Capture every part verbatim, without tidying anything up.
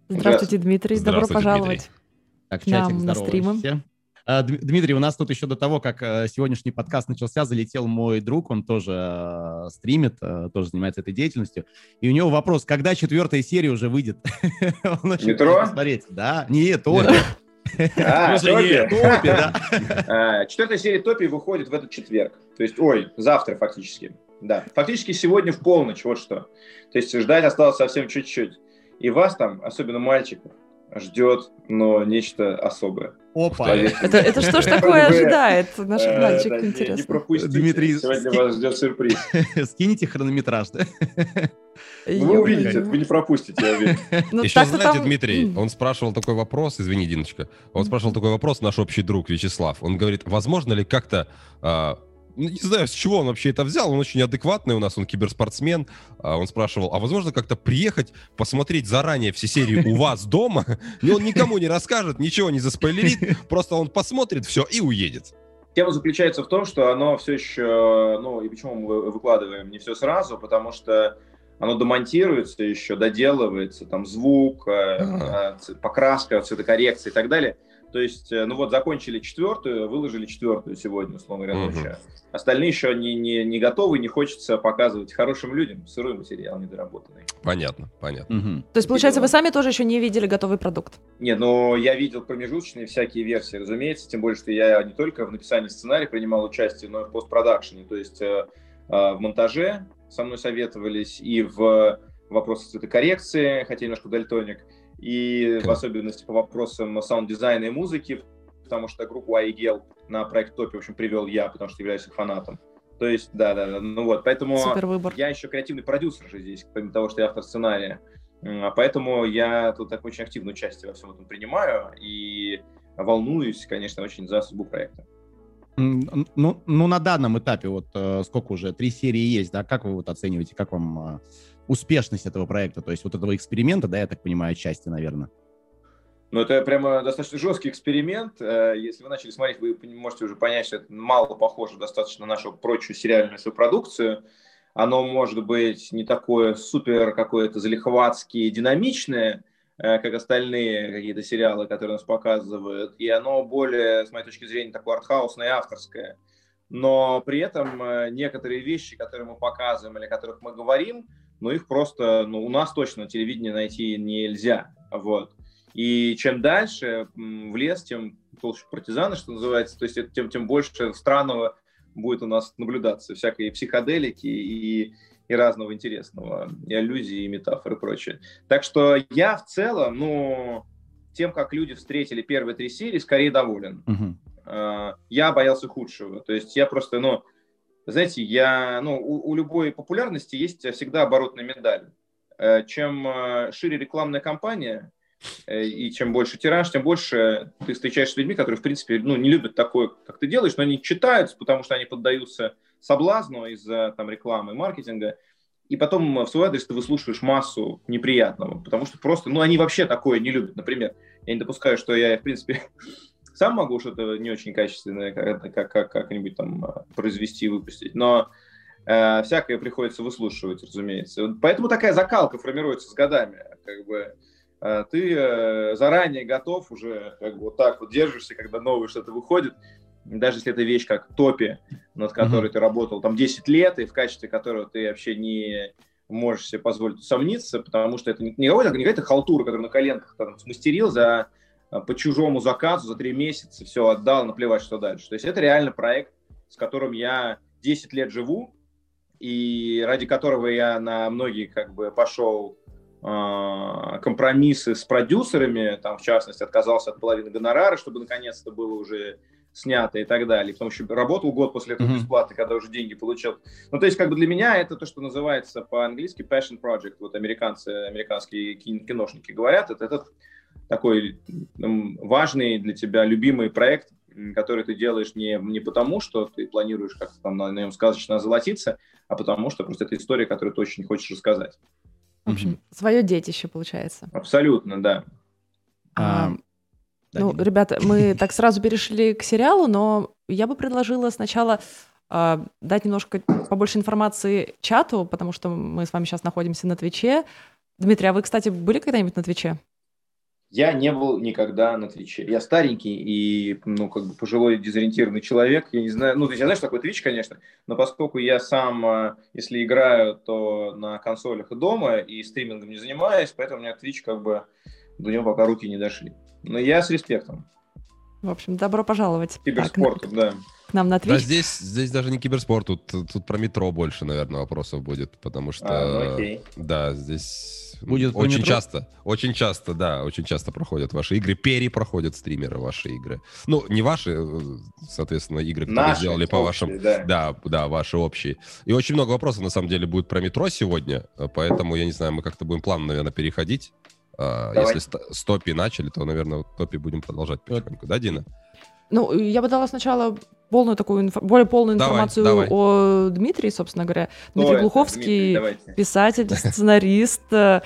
Здравствуйте, Дмитрий. Добро Здравствуйте, пожаловать Дмитрий. Так, в к нам чатик на стримы. здороваемся. А, Дм- Дмитрий, у нас тут еще до того, как э, сегодняшний подкаст начался, залетел мой друг, он тоже э, стримит, э, тоже занимается этой деятельностью. И у него вопрос, когда четвертая серия уже выйдет? Он очень Метро? хочет посмотреть. Да? Нет, Топи. А, Уже нет. Топи? Топи, да. А, Четвертая серия Топи выходит в этот четверг. То есть, ой, завтра фактически. Да, фактически сегодня в полночь, вот что. То есть ждать осталось совсем чуть-чуть. И вас там, особенно мальчиков, ждет, но нечто особое. Опа. Поверьте Это, мне. это что ж такое Вы, ожидает наш э, мальчик, да, не- Не интересно? пропустите. Дмитрий, Сегодня ски- вас ждет сюрприз. Скинете хронометраж, да? Ну, вы Ё-моё. увидите, вы не пропустите, я уверен. Ну, Еще, так-то знаете, там- Дмитрий, М. он спрашивал такой вопрос, извини, Диночка, он спрашивал такой вопрос, наш общий друг Вячеслав. Он говорит, возможно ли как-то, а, ну, не знаю, с чего он вообще это взял, он очень адекватный у нас, он киберспортсмен. А, он спрашивал, а возможно как-то приехать, посмотреть заранее все серии у вас дома, и он никому не расскажет, ничего не заспойлерит, просто он посмотрит все и уедет. Тема заключается в том, что оно все еще, ну и почему мы выкладываем не все сразу, потому что оно домонтируется еще, доделывается, там звук, Ага. э, ц- покраска, цветокоррекция и так далее. То есть, э, ну вот закончили четвертую, выложили четвертую сегодня, условно говоря, Мгм. ночью. Остальные еще не, не, не готовы, не хочется показывать хорошим людям сырой материал недоработанный. Понятно, понятно. Мгм. То есть, получается, вы сами тоже еще не видели готовый продукт? Не, но я видел промежуточные всякие версии, разумеется, тем более, что я не только в написании сценария принимал участие, но и в постпродакшене, то есть э, э, в монтаже со мной советовались и в вопросах цветокоррекции, хотя я немножко дальтоник, и в особенности по вопросам саунд-дизайна и музыки, потому что группу Айгел на проект Топи, в общем, привел я, потому что являюсь их фанатом. То есть, да-да-да, ну вот, поэтому Супер выбор. я еще креативный продюсер же здесь, помимо того, что я автор сценария. М, а Поэтому я тут так очень активное участие во всем этом принимаю и волнуюсь, конечно, очень за судьбу проекта. М, Ну, ну, на данном этапе, вот э, сколько уже, три серии есть, да, как вы вот оцениваете, как вам э, успешность этого проекта, то есть вот этого эксперимента, да, я так понимаю, части, наверное. Ну, это прямо достаточно жесткий эксперимент. Э, Если вы начали смотреть, вы можете уже понять, что это мало похоже достаточно на нашу прочую сериальную свою продукцию. Оно может быть не такое супер какое-то залихватски динамичное, э, как остальные какие-то сериалы, которые нас показывают. И оно более, с моей точки зрения, такое артхаусное и авторское. Но при этом э, некоторые вещи, которые мы показываем или о которых мы говорим, ну, их просто, ну, у нас точно на телевидении найти нельзя. Вот. И чем дальше м, в лес, тем толще партизаны, что называется, то есть это тем, тем больше странного будет у нас наблюдаться, всякой психоделики и, и разного интересного, и аллюзий, и метафор, и прочее. Так что я в целом, ну, тем, как люди встретили первые три серии, скорее доволен. Мгм. Э, Я боялся худшего. То есть я просто, ну, знаете, я, ну, у, у любой популярности есть всегда оборотная медаль. Э, Чем э, шире рекламная кампания, э, и чем больше тираж, тем больше ты встречаешься с людьми, которые, в принципе, ну, не любят такое, как ты делаешь, но они читают, потому что они поддаются соблазну из-за там рекламы и маркетинга. И потом в свой адрес ты выслушиваешь массу неприятного, потому что просто, ну, они вообще такое не любят. Например, я не допускаю, что я, в принципе, сам могу что-то не очень качественное как, как, как, как-нибудь там э, произвести и выпустить, но э, всякое приходится выслушивать, разумеется. Вот поэтому такая закалка формируется с годами. Как бы, э, ты э, заранее готов уже, как бы вот так вот держишься, когда новое что-то выходит, даже если это вещь как Топи, над которой Мгм. ты работал там десять лет, и в качестве которого ты вообще не можешь себе позволить усомниться, потому что это не, не какая-то, не какая-то халтура, которую на коленках там смастерил за по чужому заказу за три месяца, все отдал, наплевать, что дальше. То есть это реально проект, с которым я десять лет живу, и ради которого я на многие как бы пошел э, компромиссы с продюсерами, там, в частности, отказался от половины гонорара, чтобы наконец-то было уже снято и так далее. Потому что работал год после этого Мгм. бесплатно, когда уже деньги получил. Ну, то есть, как бы для меня это то, что называется по-английски passion project. Вот американцы, американские кин- киношники говорят, это этот такой м, важный для тебя любимый проект, м, который ты делаешь не, не потому, что ты планируешь как-то там на нем сказочно озолотиться, а потому что просто это история, которую ты очень хочешь рассказать. В общем, Мгм. свое детище, получается. Абсолютно, да. А, А, да, ну, Дина. ребята, мы так сразу перешли к сериалу, но я бы предложила сначала а, дать немножко побольше информации чату, потому что мы с вами сейчас находимся на Твиче. Дмитрий, а вы, кстати, были когда-нибудь на Твиче? Я не был никогда на Твиче. Я старенький и, ну, как бы пожилой дезориентированный человек. Я не знаю, ну, то есть я знаю, что такое Twitch, конечно, но поскольку я сам, если играю, то на консолях и дома, и стримингом не занимаюсь, поэтому у меня Twitch, как бы, до него пока руки не дошли. Но я с респектом. В общем, добро пожаловать. К киберспорту, так, да. К нам на Twitch. Да, здесь, здесь даже не киберспорт, тут, тут про метро больше, наверное, вопросов будет, потому что... А, ну окей. Да, здесь... Будет очень часто, очень часто, да, очень часто проходят ваши игры, перепроходят стримеры ваши игры. Ну, не ваши, соответственно, игры, которые Наши, сделали по общие, вашим... Да. да, да, ваши общие. И очень много вопросов, на самом деле, будет про метро сегодня, поэтому, я не знаю, мы как-то будем плавно, наверное, переходить. Давай. Если с топи начали, то, наверное, топи будем продолжать потихоньку. Да, Дина? Ну, я бы дала сначала полную такую, инф... более полную информацию давай, давай. о Дмитрии, собственно говоря. Дмитрий Ой, Глуховский, Дмитрий, писатель, сценарист,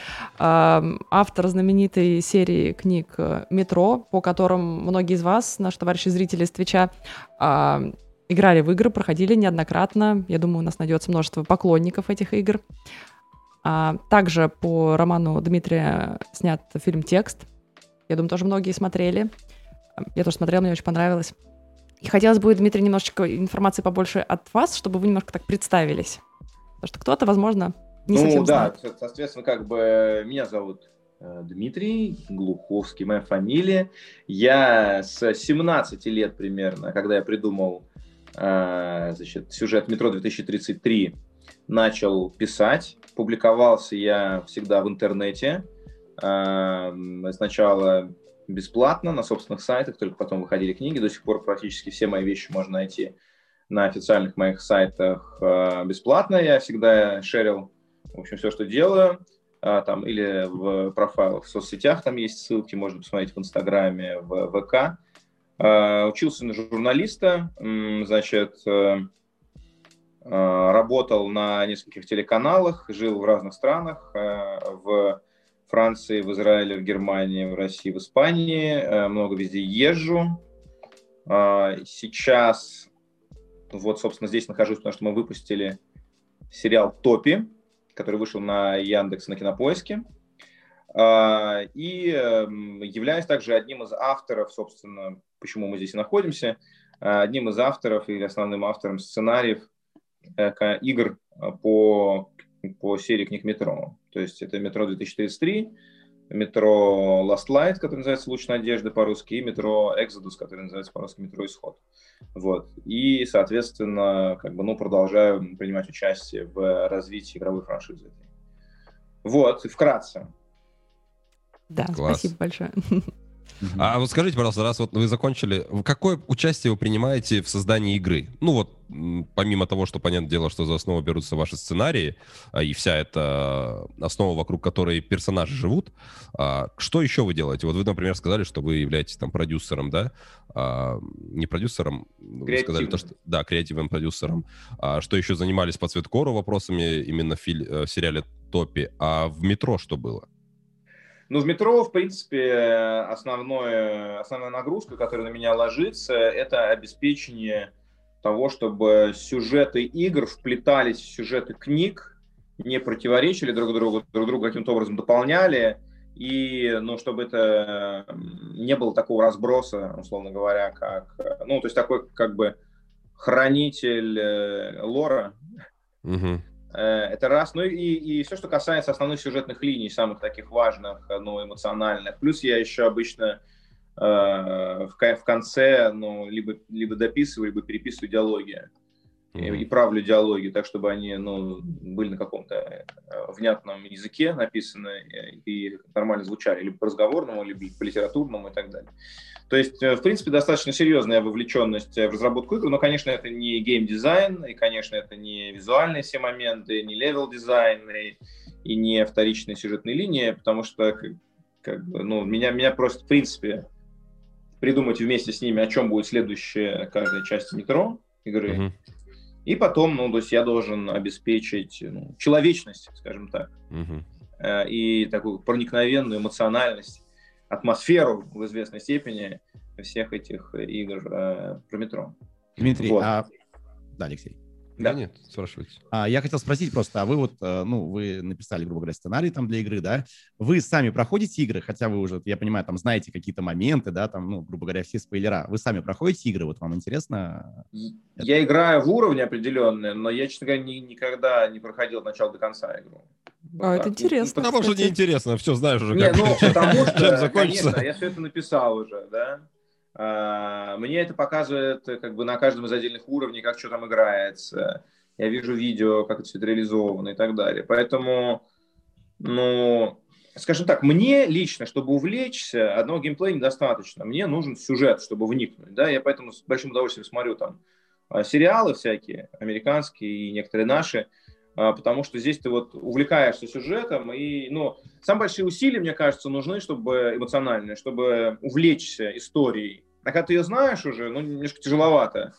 автор знаменитой серии книг «Метро», по которым многие из вас, наши товарищи зрители с Твича, играли в игры, проходили неоднократно. Я думаю, у нас найдется множество поклонников этих игр. Также по роману Дмитрия снят фильм «Текст». Я думаю, тоже многие смотрели. Я тоже смотрела, мне очень понравилось. И хотелось бы, Дмитрий, немножечко информации побольше от вас, чтобы вы немножко так представились. Потому что кто-то, возможно, не ну, совсем да, знает. Соответственно, как бы меня зовут э, Дмитрий Глуховский, моя фамилия. Я с семнадцати лет примерно, когда я придумал э, значит, сюжет «Метро две тысячи тридцать три», начал писать. Публиковался я всегда в интернете. Э, сначала... бесплатно на собственных сайтах, только потом выходили книги. До сих пор практически все мои вещи можно найти на официальных моих сайтах э, бесплатно. Я всегда шерил, в общем, все, что делаю. Э, там, или в профайлах в соцсетях там есть ссылки, можно посмотреть в Инстаграме, в ВК. Э, учился на журналиста, э, значит, э, э, работал на нескольких телеканалах, жил в разных странах, э, в Франции, в Израиле, в Германии, в России, в Испании. Много везде езжу. Сейчас, вот, собственно, здесь нахожусь, потому что мы выпустили сериал «Топи», который вышел на Яндексе, на Кинопоиске. И являюсь также одним из авторов, собственно, почему мы здесь и находимся, одним из авторов или основным автором сценариев игр по, по серии книг «Метро». То есть это «Метро две тысячи тридцать три», «Метро Last Light», который называется «Луч надежды» по-русски, и «Метро Exodus», который называется по-русски «Метро Исход». Вот. И, соответственно, как бы, ну, продолжаю принимать участие в развитии игровой франшизы. Вот, вкратце. Да, Класс. Спасибо большое. А вот скажите, пожалуйста, раз вот вы закончили, какое участие вы принимаете в создании игры? Ну вот, помимо того, что, понятное дело, что за основу берутся ваши сценарии, и вся эта основа, вокруг которой персонажи живут, что еще вы делаете? Вот вы, например, сказали, что вы являетесь там продюсером, да? Не продюсером, вы сказали то, что... Да, креативным продюсером. А что еще занимались по Цветкору вопросами именно в, филь... в сериале «Топи», а в «Метро» что было? Ну, в «Метро», в принципе, основное, основная нагрузка, которая на меня ложится, это обеспечение того, чтобы сюжеты игр вплетались в сюжеты книг, не противоречили друг другу, друг друга каким-то образом дополняли, и, ну, чтобы это не было такого разброса, условно говоря, как, ну, то есть такой, как бы, хранитель лора. Угу. Это раз. Ну и, и все, что касается основных сюжетных линий, самых таких важных, ну, эмоциональных. Плюс я еще обычно э, в, в конце, ну, либо, либо дописываю, либо переписываю диалоги. Mm-hmm. И, и правлю диалоги так, чтобы они, ну, были на каком-то внятном языке написаны и нормально звучали. Либо по разговорному, либо по литературному и так далее. То есть, в принципе, достаточно серьезная вовлеченность в разработку игр, но, конечно, это не геймдизайн, и, конечно, это не визуальные все моменты, не левел-дизайн, и, и не вторичные сюжетные линии, потому что, как, как бы, ну, меня, меня просят, в принципе, придумать вместе с ними, о чем будет следующая каждая часть метро игры, uh-huh. и потом, ну, то есть я должен обеспечить, ну, человечность, скажем так, uh-huh. и такую проникновенную эмоциональность, атмосферу в известной степени всех этих игр э, про метро. Дмитрий, вот. а... Да, Алексей. Да, да нет, спрашивайте. А, я хотел спросить просто, а вы вот, ну, вы написали, грубо говоря, сценарий там для игры, да? Вы сами проходите игры, хотя вы уже, я понимаю, там знаете какие-то моменты, да, там, ну, грубо говоря, все спойлера. Вы сами проходите игры, вот вам интересно? Я это? играю в уровне определенные, но я, честно говоря, ни, никогда не проходил от начала до конца игру. Вот а, так. Это интересно. Ну, потому что неинтересно, все знаешь уже. Не, как ну, потому что, закончится. конечно, я все это написал уже, да. А, мне это показывает как бы на каждом из отдельных уровней, как что там играется. Я вижу видео, как это все реализовано и так далее. Поэтому, ну, скажем так, мне лично, чтобы увлечься, одного геймплея недостаточно. Мне нужен сюжет, чтобы вникнуть. Да? Я поэтому с большим удовольствием смотрю там сериалы всякие, американские и некоторые наши, потому что здесь ты вот увлекаешься сюжетом. И, ну, самые большие усилия, мне кажется, нужны, чтобы эмоциональные, чтобы увлечься историей. А когда ты ее знаешь уже, ну, немножко тяжеловато.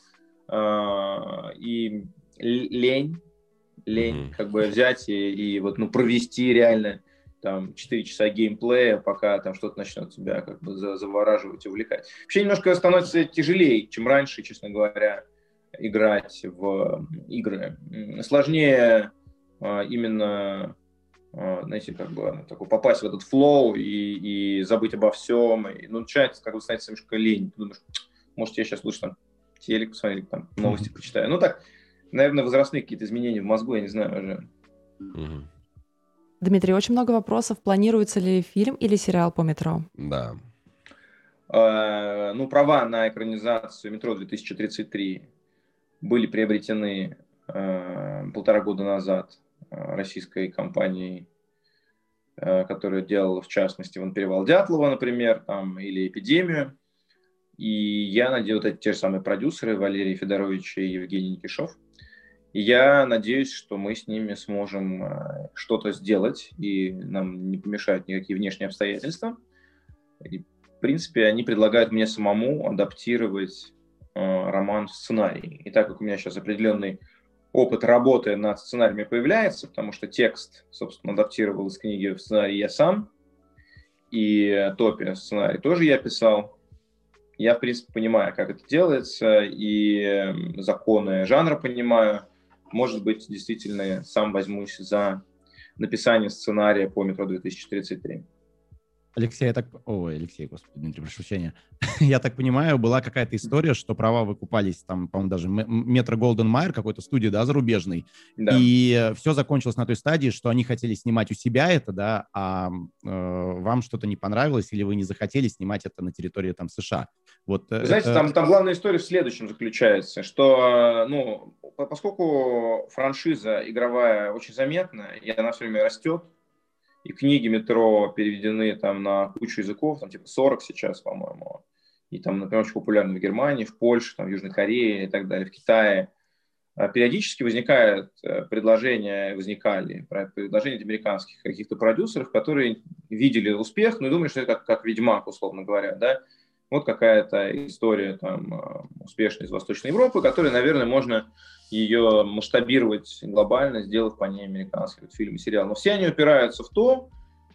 И лень, лень, mm-hmm. как бы взять и, и вот, ну, провести реально там четыре часа геймплея, пока там что-то начнет тебя как бы завораживать и увлекать. Вообще немножко становится тяжелее, чем раньше, честно говоря, играть в игры. Сложнее а, именно, а, знаете, как бы такой, попасть в этот флоу и, и забыть обо всем. И, ну, начинается, как бы, становится немножко лень. Ты думаешь, может, я сейчас лучше там телек посмотрю, там новости mm-hmm. почитаю. Ну, так, наверное, возрастные какие-то изменения в мозгу, я не знаю уже. Mm-hmm. Дмитрий, очень много вопросов. Планируется ли фильм или сериал по «Метро»? Да. Uh, ну, права на экранизацию «Метро две тысячи тридцать три» были приобретены uh, полтора года назад uh, российской компанией, uh, которая делала, в частности, вон «Перевал Дятлова», например, там, или «Эпидемию». И я надеюсь, вот эти те же самые продюсеры, Валерий Федорович и Евгений Никишов. И я надеюсь, что мы с ними сможем uh, что-то сделать, и нам не помешают никакие внешние обстоятельства. И, в принципе, они предлагают мне самому адаптировать э, роман в сценарий. И так как у меня сейчас определенный опыт работы над сценариями появляется, потому что текст, собственно, адаптировал из книги в сценарий я сам, и топи сценарий тоже я писал, я, в принципе, понимаю, как это делается, и законы жанра понимаю. Может быть, действительно, сам возьмусь за написание сценария по «Метро две тысячи тридцать три». Алексей, я так... Ой, Алексей, господи, Дмитрий, прошу прощения. Я так понимаю, была какая-то история, что права выкупались, там, по-моему, даже Метро Голден Майер, какой-то студии, да, зарубежной, да. И все закончилось на той стадии, что они хотели снимать у себя это, да, а э, вам что-то не понравилось, или вы не захотели снимать это на территории, там, США. Вот, Вы знаете, это... там, там главная история в следующем заключается, что, ну, поскольку франшиза игровая очень заметная, и она все время растет, и книги «Метро» переведены там на кучу языков, там типа сорок сейчас, по-моему. И там, например, очень популярны в Германии, в Польше, там, в Южной Корее и так далее, в Китае. Периодически возникают предложения, возникали предложения от американских каких-то продюсеров, которые видели успех, но думали, что это как, как «Ведьмак», условно говоря, да. Вот какая-то история там успешная из Восточной Европы, которой, наверное, можно ее масштабировать глобально, сделав по ней американский фильм и сериал. Но все они упираются в то,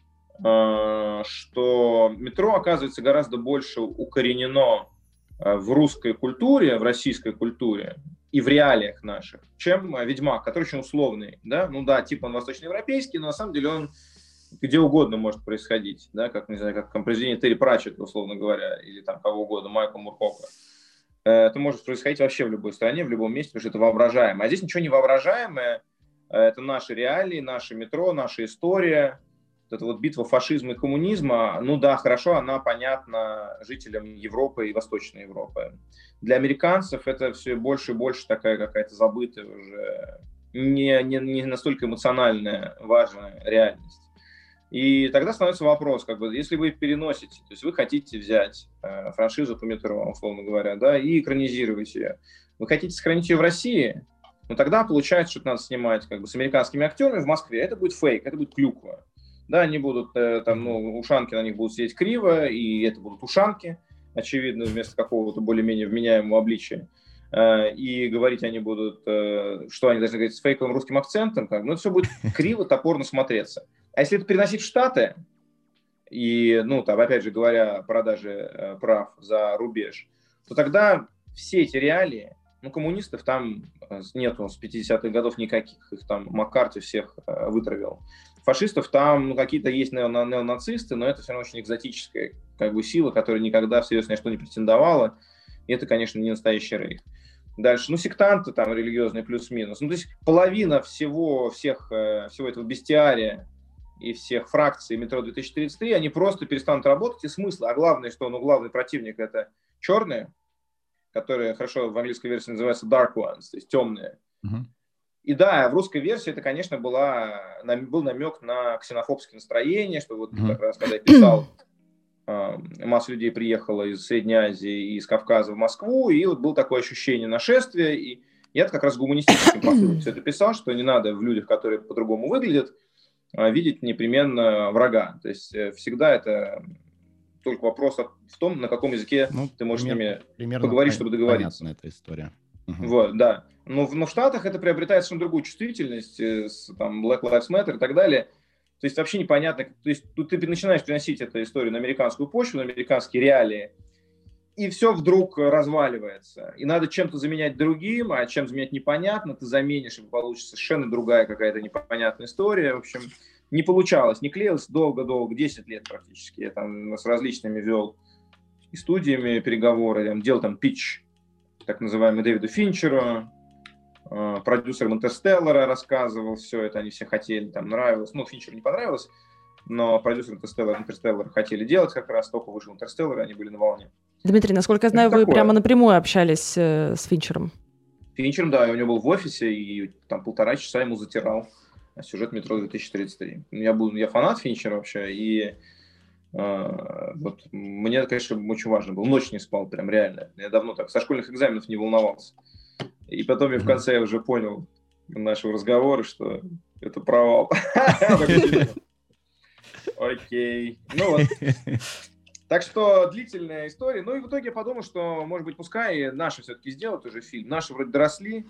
что «Метро» оказывается гораздо больше укоренено в русской культуре, в российской культуре и в реалиях наших, чем «Ведьмак», который очень условный. Да? Ну да, типа он восточноевропейский, но на самом деле он где угодно может происходить, да, как, не знаю, как произведение Терри Пратчетта, условно говоря, или там кого угодно, Майкла Муркока. Это может происходить вообще в любой стране, в любом месте, потому что это воображаемое. А здесь ничего не воображаемое, это наши реалии, наше метро, наша история, вот эта вот битва фашизма и коммунизма, ну да, хорошо, она понятна жителям Европы и Восточной Европы. Для американцев это все больше и больше такая какая-то забытая уже, не, не, не настолько эмоциональная, важная реальность. И тогда становится вопрос, как бы, если вы переносите, то есть вы хотите взять э, франшизу по «Метро», условно говоря, да, и экранизировать ее, вы хотите сохранить ее в России, но тогда получается, что это надо снимать как бы с американскими актерами в Москве, это будет фейк, это будет клюква. Да, они будут, э, там, ну, ушанки на них будут сидеть криво, и это будут ушанки, очевидно, вместо какого-то более-менее вменяемого обличия. Э, и говорить они будут, э, что они должны говорить с фейковым русским акцентом, как, ну, это все будет криво, топорно смотреться. А если это переносить в Штаты, и, ну, там, опять же говоря, о продаже э, прав за рубеж, то тогда все эти реалии Ну, коммунистов там нету с пятидесятых годов никаких, их там Маккарти всех э, вытравил. Фашистов там ну, какие-то есть неона- неонацисты, но это все равно очень экзотическая как бы сила, которая никогда всерьез ни на что не претендовала, и это, конечно, не настоящий рейх. Дальше, ну, сектанты там религиозные плюс-минус. Ну, то есть половина всего, всех, э, всего этого бестиария и всех фракций метро две тысячи тридцать три, они просто перестанут работать, и смысла. А главное, что ну, главный противник — это черные, которые хорошо в английской версии называются dark ones, то есть темные. Uh-huh. И да, в русской версии это, конечно, была, был намек на ксенофобские настроения, что вот uh-huh. как раз когда я писал, масса людей приехала из Средней Азии и из Кавказа в Москву, и вот было такое ощущение нашествия, и я как раз гуманистическим посылом все это писал, что не надо в людях, которые по-другому выглядят, видеть непременно врага. То есть всегда это только вопрос в том, на каком языке ну, ты можешь пример, с ними поговорить, чтобы договориться. Понятна эта история. Угу. Вот, да. Но в, но в Штатах это приобретает совершенно другую чувствительность, с, там, Black Lives Matter и так далее. То есть вообще непонятно. То есть тут ты начинаешь приносить эту историю на американскую почву, на американские реалии, и все вдруг разваливается. И надо чем-то заменять другим, а чем заменять непонятно, ты заменишь, и получится совершенно другая какая-то непонятная история. В общем, не получалось, не клеилось долго-долго, десять лет практически. Я там с различными вел и студиями переговоры, я делал там питч, так называемый, Дэвиду Финчеру, продюсерам Интерстеллара рассказывал все это, они все хотели, там нравилось. Ну, Финчеру не понравилось, но продюсеры Интерстеллара, Интерстеллара хотели делать как раз, только вышел Интерстеллар, и они были на волне. Дмитрий, насколько я знаю, это вы такое. Прямо напрямую общались э, с Финчером. Финчером, да, я у него был в офисе, и там полтора часа ему затирал сюжет «Метро две тысячи тридцать три». Я, был, я фанат Финчера вообще, и э, вот, мне, конечно, очень важно было. Ночь не спал, прям реально. Я давно так со школьных экзаменов не волновался. И потом я в конце я уже понял нашего разговора, что это провал. Окей. Ну вот. Так что длительная история. Ну и в итоге я подумал, что, может быть, пускай наши все-таки сделают уже фильм. Наши вроде доросли,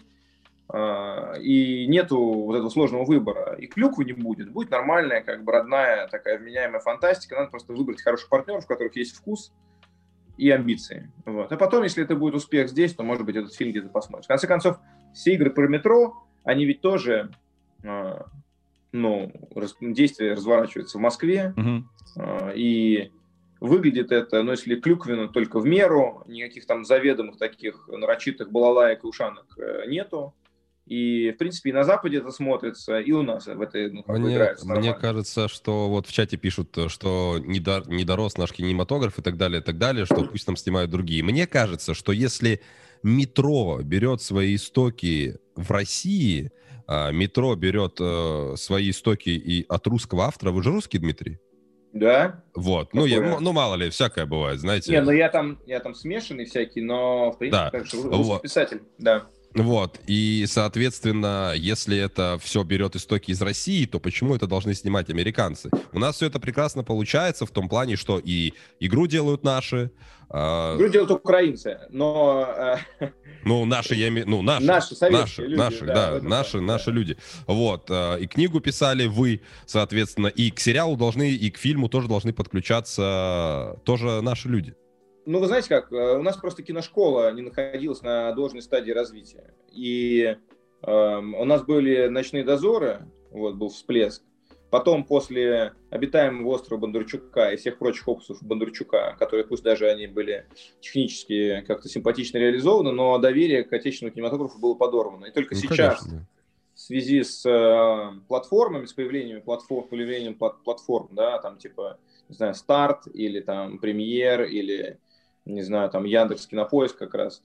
и нету вот этого сложного выбора. И клюквы не будет. Будет нормальная, как бы родная, такая вменяемая фантастика. Надо просто выбрать хороших партнеров, у которых есть вкус и амбиции. Вот. А потом, если это будет успех здесь, то, может быть, этот фильм где-то посмотрим. В конце концов, все игры про метро, они ведь тоже, э, ну, раз, действия разворачиваются в Москве, uh-huh. э, и выглядит это, ну, если клюквенно, только в меру, никаких там заведомых таких нарочитых балалаек и ушанок э, нету. И, в принципе, и на Западе это смотрится, и у нас в это ну, мне, играется нормально. Мне кажется, что вот в чате пишут, что не, до, не дорос наш кинематограф и так далее, и так далее, что пусть там снимают другие. Мне кажется, что если метро берет свои истоки в России, а метро берет э, свои истоки и от русского автора. Вы же русский, Дмитрий? Да. Вот, ну, я, ну мало ли, всякое бывает, знаете. Не, ну я там, я там смешанный всякий, но, в принципе, да. Конечно, русский вот. Писатель, да. Вот, и, соответственно, если это все берет истоки из России, то почему это должны снимать американцы? У нас все это прекрасно получается в том плане, что и игру делают наши. Э... Игру делают украинцы, но... Ну, наши, я имею... Ну, наши. Наши, наши, люди, наши, да, да наши, да. наши люди. Вот, и книгу писали вы, соответственно, и к сериалу должны, и к фильму тоже должны подключаться тоже наши люди. Ну, вы знаете как, у нас просто киношкола не находилась на должной стадии развития. И э, у нас были «Ночные дозоры», вот был всплеск. Потом после «Обитаемого острова» Бондарчука и всех прочих опусов Бондарчука, которые пусть даже они были технически как-то симпатично реализованы, но доверие к отечественному кинематографу было подорвано. И только ну, сейчас, конечно. В связи с э, платформами, с появлением платформ, появлением плат, платформ, да, там типа, не знаю, «Старт» или там «Премьер» или... не знаю, там Яндекс, Кинопоиск как раз,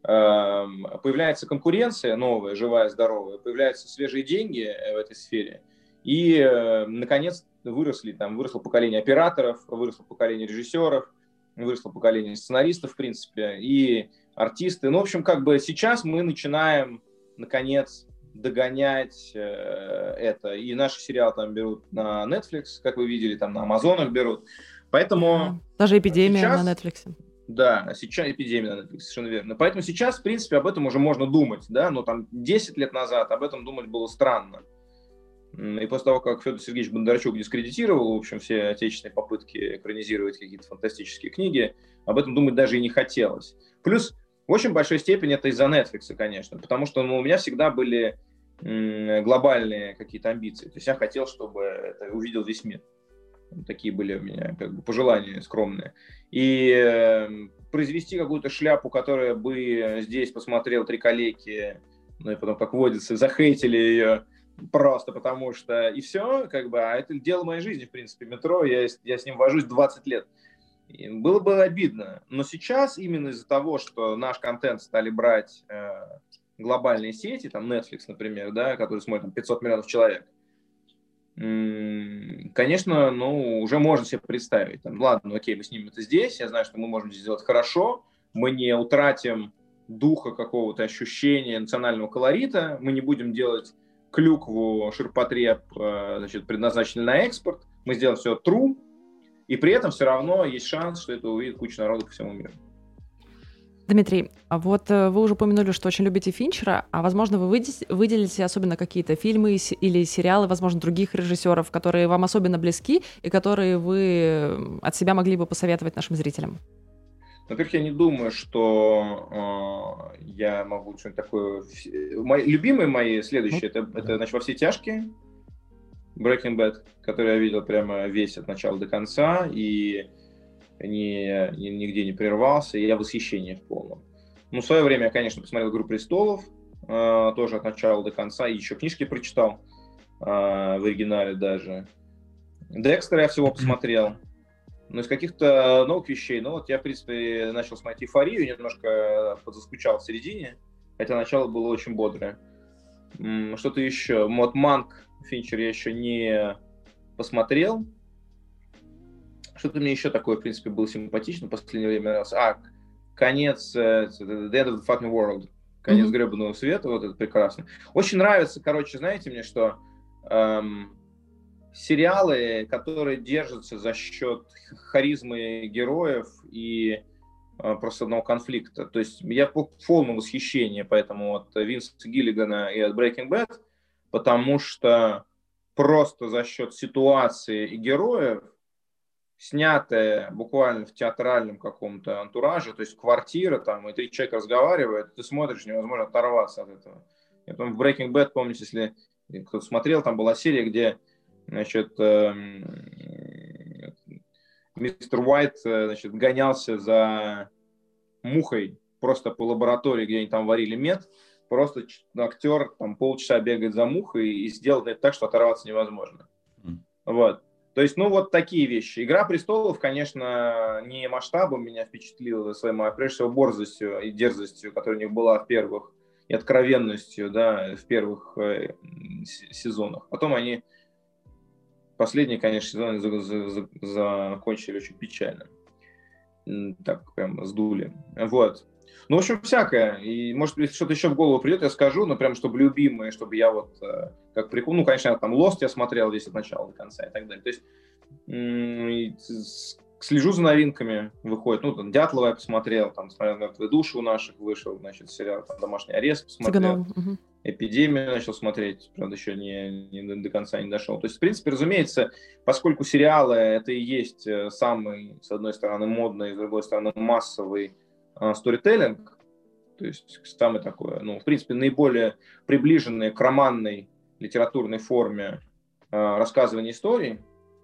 появляется конкуренция новая, живая, здоровая, появляются свежие деньги в этой сфере, и, наконец, выросли, там, выросло поколение операторов, выросло поколение режиссеров, выросло поколение сценаристов, в принципе, и артисты. Ну, в общем, как бы сейчас мы начинаем, наконец, догонять э, это, и наши сериалы там берут на Netflix, как вы видели, там на Амазонах берут, поэтому... Даже «Эпидемия» сейчас... на Netflix. Да, сейчас «Эпидемия» на Netflix, совершенно верно. Поэтому сейчас, в принципе, об этом уже можно думать, да, но там десять лет назад об этом думать было странно. И после того, как Федор Сергеевич Бондарчук дискредитировал, в общем, все отечественные попытки экранизировать какие-то фантастические книги, об этом думать даже и не хотелось. Плюс В очень большой степени это из-за Netflix, конечно, потому что ну, у меня всегда были м, глобальные какие-то амбиции. То есть я хотел, чтобы это увидел весь мир. Такие были у меня как бы пожелания скромные. И э, произвести какую-то шляпу, которая бы здесь посмотрел три коллеги, ну и потом, как водится, захейтили ее просто потому что... И все, как бы, а это дело моей жизни, в принципе, метро, я, я с ним вожусь двадцать лет. И было бы обидно. Но сейчас именно из-за того, что наш контент стали брать э, глобальные сети, там Netflix, например, да, который смотрит пятьсот миллионов человек, м- конечно, ну, уже можно себе представить. Там, ладно, окей, мы снимем это здесь, я знаю, что мы можем здесь сделать хорошо, мы не утратим духа какого-то ощущения национального колорита, мы не будем делать клюкву, ширпотреб, э, значит, предназначенный на экспорт, мы сделаем все true, и при этом все равно есть шанс, что это увидит куча народу по всему миру. Дмитрий, а вот вы уже упомянули, что очень любите Финчера, а возможно вы выделите особенно какие-то фильмы или сериалы, возможно, других режиссеров, которые вам особенно близки и которые вы от себя могли бы посоветовать нашим зрителям? Во-первых, я не думаю, что э, я могу что-нибудь такое... Мои, любимые мои следующие, это, это значит, «Во все тяжкие», Breaking Bad, который я видел прямо весь от начала до конца, и ни, ни, нигде не прервался, и я в восхищении в полном. Ну, в свое время я, конечно, посмотрел «Игру престолов», э, тоже от начала до конца, и еще книжки прочитал, э, в оригинале даже. «Декстера» я всего посмотрел. Но из каких-то новых вещей, ну вот я, в принципе, начал смотреть «Эйфорию», немножко подзаскучал в середине, хотя начало было очень бодрое. Что-то еще. Вот «Манк», Финчер я еще не посмотрел. Что-то мне еще такое, в принципе, было симпатично в последнее время нравился. А, конец, uh, The End of the Fucking World. Конец mm-hmm. гребаного света, вот это прекрасно. Очень нравится, короче, знаете мне, что эм, сериалы, которые держатся за счет харизмы героев и э, просто одного конфликта. То есть я в полном восхищении поэтому от Винса Гиллигана и от Breaking Bad, потому что просто за счет ситуации и героев, снятое буквально в театральном каком-то антураже, то есть квартира там, и три человека разговаривают, ты смотришь, невозможно оторваться от этого. Я потом в Breaking Bad, помните, если кто-то смотрел, там была серия, где, значит, эм, мистер Уайт, значит, гонялся за мухой просто по лаборатории, где они там варили мед, просто актер там полчаса бегает за мухой и сделает это так, что оторваться невозможно. Mm. Вот. То есть, ну, вот такие вещи. «Игра престолов», конечно, не масштабом меня впечатлила своей, а прежде всего, борзостью и дерзостью, которая у них была в первых, и откровенностью, да, в первых э, сезонах. Потом они, последние, конечно, сезоны за, за, за, закончили очень печально. Так, прям сдули. Вот. Ну, в общем, всякое. И, может быть, что-то еще в голову придет, я скажу, но прям, чтобы любимые, чтобы я вот, э, как прикол, ну, конечно, там Lost я смотрел весь от начала до конца и так далее. То есть, м- слежу за новинками, выходит, ну, там, Дятлова я посмотрел, там, смотрел «Мертвые души» у наших вышел, значит, сериал там, «Домашний арест» посмотрел. Угу. «Эпидемию» начал смотреть, правда, еще не, не до конца не дошел. То есть, в принципе, разумеется, поскольку сериалы это и есть самый, с одной стороны, модный, с другой стороны, массовый сторителлинг, то есть самый такой, ну, в принципе, наиболее приближенный к романной литературной форме э, рассказывания историй,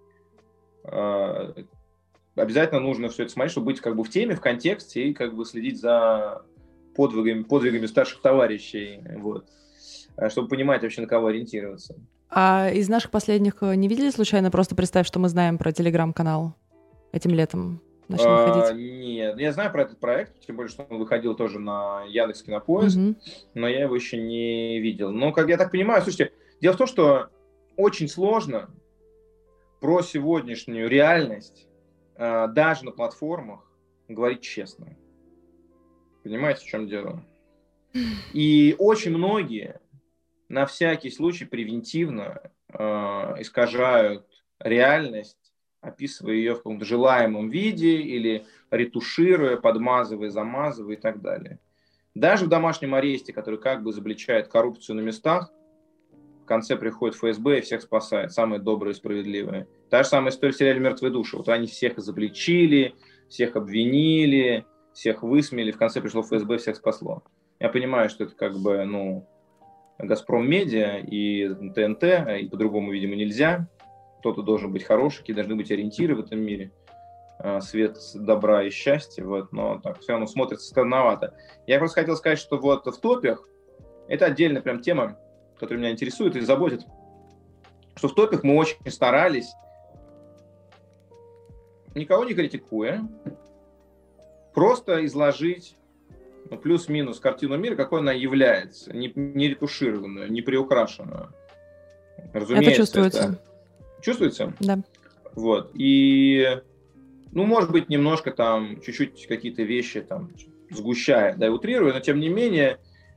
э, обязательно нужно все это смотреть, чтобы быть как бы в теме, в контексте и как бы следить за подвигами, подвигами старших товарищей, вот, чтобы понимать вообще, на кого ориентироваться. А из наших последних не видели случайно? Просто представь, что мы знаем про телеграм-канал этим летом. А, нет, я знаю про этот проект, тем более, что он выходил тоже на Яндекс.Кинопоиск, mm-hmm. но я его еще не видел. Но, как я так понимаю, слушайте, дело в том, что очень сложно про сегодняшнюю реальность а, даже на платформах говорить честно. Понимаете, в чем дело? И очень многие на всякий случай превентивно а, искажают реальность, описывая ее в каком-то желаемом виде или ретушируя, подмазывая, замазывая и так далее. Даже в «Домашнем аресте», который как бы изобличает коррупцию на местах, в конце приходит эф эс бэ и всех спасает, самые добрые и справедливые. Та же самая история в сериале «Мертвые души». Вот они всех изобличили, всех обвинили, всех высмеяли, в конце пришло ФСБ, всех спасло. Я понимаю, что это как бы, ну, Газпром Медиа и ТНТ, и по-другому, видимо, нельзя. Кто-то должен быть хороший, какие должны быть ориентиры в этом мире. Свет добра и счастья, вот, но так все равно смотрится странновато. Я просто хотел сказать, что вот в топях, это отдельная прям тема, которая меня интересует и заботит, что в топях мы очень старались, никого не критикуя, просто изложить ну, плюс-минус картину мира, какой она является, не, не ретушированную, не приукрашенную. Разумеется, это чувствуется. Это... Чувствуется? Да. Вот. И, ну, может быть, немножко там, чуть-чуть какие-то вещи там сгущая, да, и утрируя, но тем не менее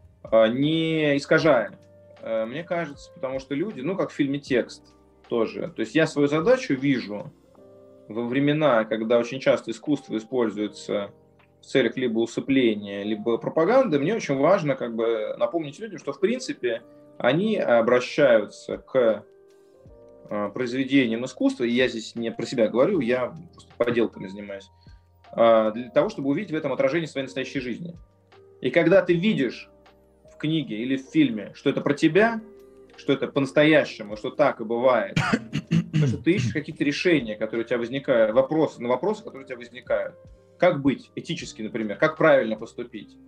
не искажая. Мне кажется, потому что люди, ну, как в фильме «Текст» тоже. То есть я свою задачу вижу во времена, когда очень часто искусство используется в целях либо усыпления, либо пропаганды, мне очень важно как бы напомнить людям, что в принципе они обращаются к произведениям искусства, и я здесь не про себя говорю, я просто поделками занимаюсь, для того, чтобы увидеть в этом отражение своей настоящей жизни. И когда ты видишь в книге или в фильме, что это про тебя, что это по-настоящему, что так и бывает, то, что ты ищешь какие-то решения, которые у тебя возникают, вопросы на вопросы, которые у тебя возникают. Как быть этически, например, как правильно поступить.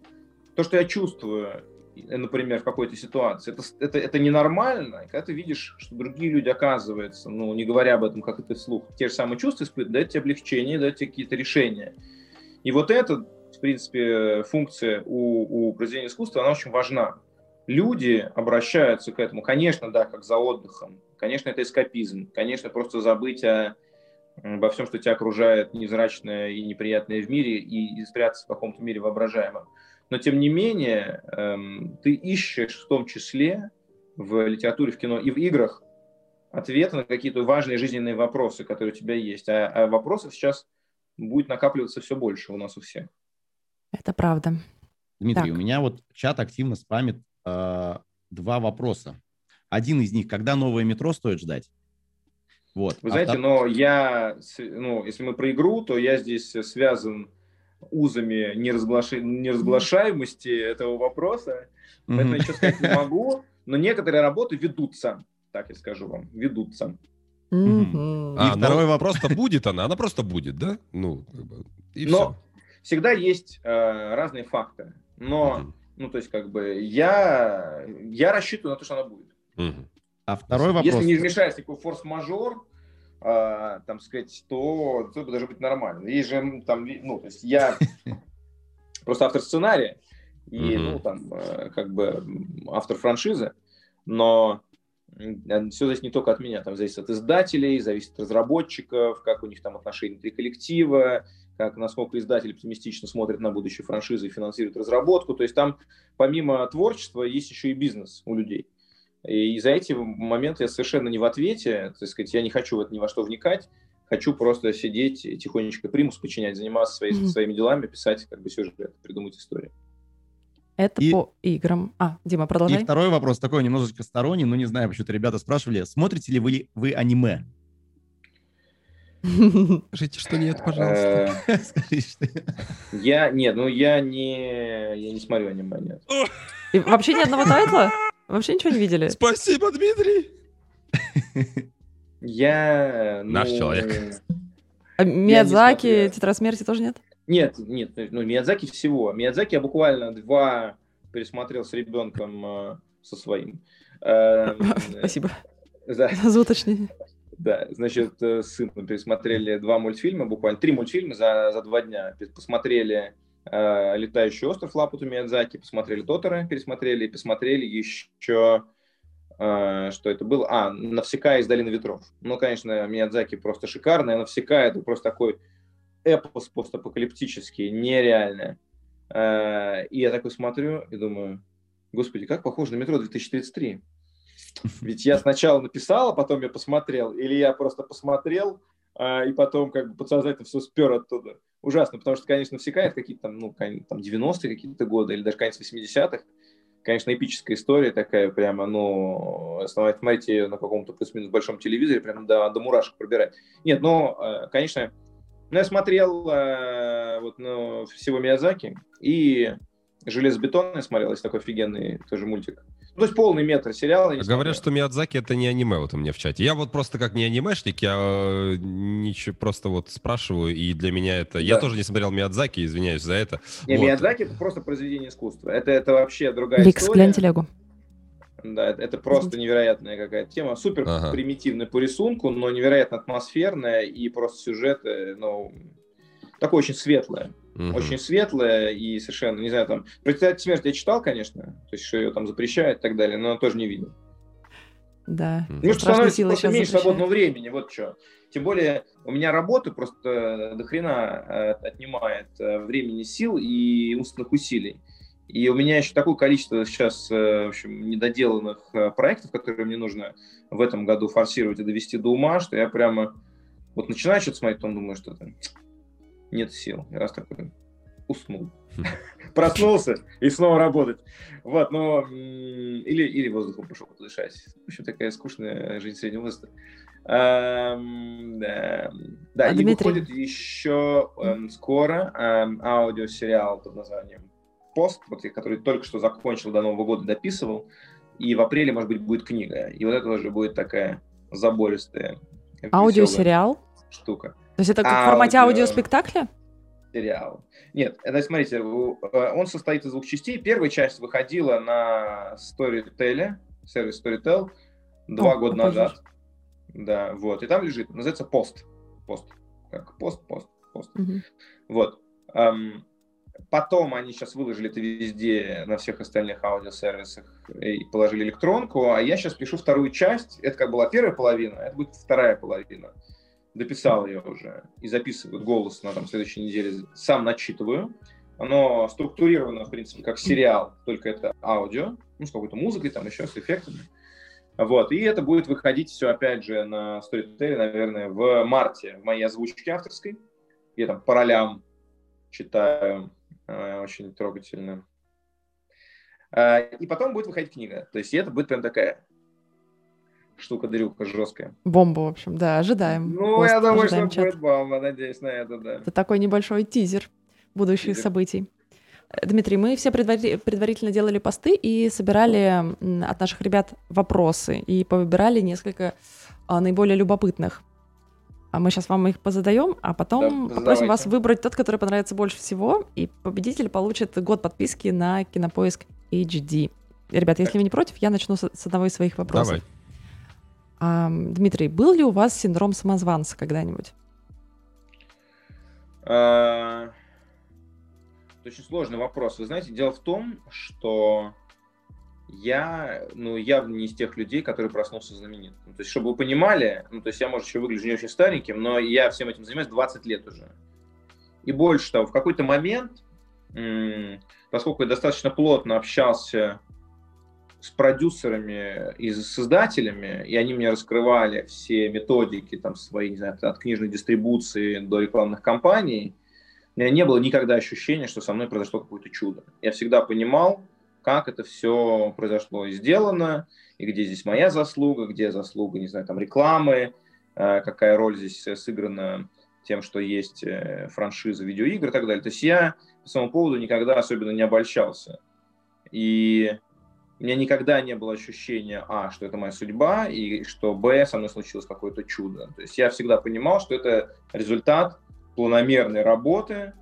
То, что я чувствую, например, в какой-то ситуации, это, это, это ненормально, и когда ты видишь, что другие люди, оказывается, ну, не говоря об этом, как и ты вслух, те же самые чувства испытывают, дают тебе облегчение, дают тебе какие-то решения. И вот это, в принципе, функция у, у произведения искусства, она очень важна. Люди обращаются к этому, конечно, да, как за отдыхом, конечно, это эскапизм, конечно, просто забыть о, обо всем, что тебя окружает невзрачное и неприятное в мире, и, и спрятаться в каком-то мире воображаемом. Но, тем не менее, эм, ты ищешь в том числе в литературе, в кино и в играх ответы на какие-то важные жизненные вопросы, которые у тебя есть. А, а вопросов сейчас будет накапливаться все больше у нас у всех. Это правда. Дмитрий, так. у меня вот чат активно спамит э, два вопроса. Один из них, когда новое метро стоит ждать? Вот. Вы а знаете, втор... но я, ну, если мы про игру, то я здесь связан узами неразглаши... неразглашаемости этого вопроса, mm-hmm. поэтому я ничего сказать не могу, но некоторые работы ведутся, так я скажу вам, ведутся. Mm-hmm. А, и второй но... вопрос-то будет она, она просто будет, да? Ну, как бы, и но все. Всегда есть э, разные факторы, но, mm-hmm. ну, то есть, как бы, я, я рассчитываю на то, что она будет. Mm-hmm. А второй если, вопрос... Если не вмешается такой форс-мажор, Uh, там сказать, то это должно быть нормально. Есть же там, ну, то есть я просто автор сценария и, mm-hmm. ну, там, как бы автор франшизы, но все зависит не только от меня, там зависит от издателей, зависит от разработчиков, как у них там отношения внутри коллектива, как, насколько издатель оптимистично смотрит на будущую франшизу и финансирует разработку. То есть там помимо творчества есть еще и бизнес у людей. И за эти моменты я совершенно не в ответе, так сказать, я не хочу в это ни во что вникать, хочу просто сидеть, тихонечко примус подчинять, заниматься свои, mm-hmm. своими делами, писать как бы сюжет, придумать историю. Это и... по играм. А, Дима, продолжай. И второй вопрос, такой немножечко сторонний, но не знаю, почему-то ребята спрашивали, смотрите ли вы, вы аниме? Скажите, что нет, пожалуйста. Я, нет, ну я не, я не смотрю аниме, нет. Вообще ни одного тайтла? Вообще ничего не видели? Спасибо, Дмитрий! Я... Наш ну, человек. А Миядзаки, Тетрадь смерти тоже нет? Нет, нет, ну Миядзаки всего. Миядзаки я буквально два пересмотрел с ребенком э, со своим. Э, Спасибо за, за уточнение. Да, значит, с сыном пересмотрели два мультфильма, буквально три мультфильма за, за два дня. Посмотрели э, «Летающий остров» Лапуту Миядзаки, посмотрели «Тоторо», пересмотрели, и посмотрели еще... что это было? А, «Навсекая из долины ветров». Ну, конечно, Миядзаки просто шикарный. «Навсекая» — это просто такой эпос постапокалиптический, нереальный. И я такой смотрю и думаю, господи, как похоже на «Метро две тысячи тридцать три». Ведь я сначала написал, а потом я посмотрел. Или я просто посмотрел, и потом как бы подсознательно все спер оттуда. Ужасно, потому что, конечно, «Навсекая» — это какие-то там, ну, там девяностые какие-то годы, или даже конец восьмидесятых. Конечно, эпическая история такая, прямо, ну, смотреть ее на каком-то плюс-минус большом телевизоре, прям до, до мурашек пробирать. Нет, ну, конечно, Ну, я смотрел э, вот, ну, всего Миядзаки и «Железобетон» я смотрел, есть такой офигенный тоже мультик. Ну, то есть полный метр сериала. Говорят, смотрел. Что Миядзаки — это не аниме, вот у меня в чате. Я вот просто как не анимешник, я э, ничего, просто вот спрашиваю, и для меня это... Да. Я тоже не смотрел Миядзаки, извиняюсь за это. Не, вот. Миядзаки — это просто произведение искусства. Это, это вообще другая Ликс, история. глянь телегу. Да, это, это просто невероятная какая-то тема. Супер ага. примитивная по рисунку, но невероятно атмосферная, и просто сюжет, ну, такой очень светлое. Uh-huh. Очень светлая и совершенно, не знаю, там... «Противостояние смерти» я читал, конечно, то есть, что ее там запрещают и так далее, но тоже не видел. Да. Ну, что становится просто меньше свободного времени, вот что. Тем более, у меня работа просто до хрена отнимает времени, сил и умственных усилий. И у меня еще такое количество сейчас, в общем, недоделанных проектов, которые мне нужно в этом году форсировать и довести до ума, что я прямо вот начинаю что-то смотреть, потом думаю, что это... Нет сил. И раз такой уснул. Проснулся и снова работать. Вот, но... Или, или воздухом пошел подышать. В общем, такая скучная жизнь среднего возраста. А, да, да а и Дмитрий? Выходит еще эм, скоро эм, аудиосериал под названием «Пост», вот, который только что закончил, до Нового года дописывал. И в апреле, может быть, будет книга. И вот это уже будет такая забористая, аудиосериал? Штука. То есть это как в формате аудиоспектакля? Сериал. Нет, это, смотрите, он состоит из двух частей. Первая часть выходила на Storytel, сервис Storytel, два О, года назад. Да, вот. И там лежит, называется «Пост». Пост. Как пост, пост, пост. Угу. Вот. Um, потом они сейчас выложили это везде, на всех остальных аудиосервисах, и положили электронку, а я сейчас пишу вторую часть. Это как была первая половина, это будет вторая половина. Дописал ее уже и записываю голос на там, следующей неделе. Сам начитываю. Оно структурировано, в принципе, как сериал, только это аудио, ну, с какой-то музыкой, там еще с эффектами. Вот. И это будет выходить все, опять же, на Storytel, наверное, в марте, в моей озвучке авторской. Я там по ролям читаю, э, очень трогательно. Э, и потом будет выходить книга. То есть это будет прям такая... штука-дрюка жесткая. Бомба, в общем, да, ожидаем. Ну, Пост, я думаю, что чат. Будет бомба, надеюсь на это, да. Это такой небольшой тизер будущих тизер. событий. Дмитрий, мы все предвари- предварительно делали посты и собирали от наших ребят вопросы и повыбирали несколько а, наиболее любопытных. А мы сейчас вам их позадаем, а потом да, попросим вас выбрать тот, который понравится больше всего, и победитель получит год подписки на Кинопоиск эйч ди. Ребят, если вы не против, я начну с, с одного из своих вопросов. Давай. А, Дмитрий, был ли у вас синдром самозванца когда-нибудь? А, очень сложный вопрос. Вы знаете, дело в том, что я, ну, явно не из тех людей, которые проснулся знаменитым. Ну, то есть, чтобы вы понимали, ну, то есть я, может, еще выгляжу не очень стареньким, но я всем этим занимаюсь двадцать лет уже. И больше того, в какой-то момент, м- поскольку я достаточно плотно общался с продюсерами и с издателями, и они мне раскрывали все методики там, свои, не знаю, от книжной дистрибуции до рекламных кампаний, у меня не было никогда ощущения, что со мной произошло какое-то чудо. Я всегда понимал, как это все произошло и сделано, и где здесь моя заслуга, где заслуга, не знаю, там рекламы, какая роль здесь сыграна тем, что есть франшиза видеоигр и так далее. То есть я по своему поводу никогда особенно не обольщался. И у меня никогда не было ощущения, а, что это моя судьба, и что, б, со мной случилось какое-то чудо. То есть я всегда понимал, что это результат планомерной работы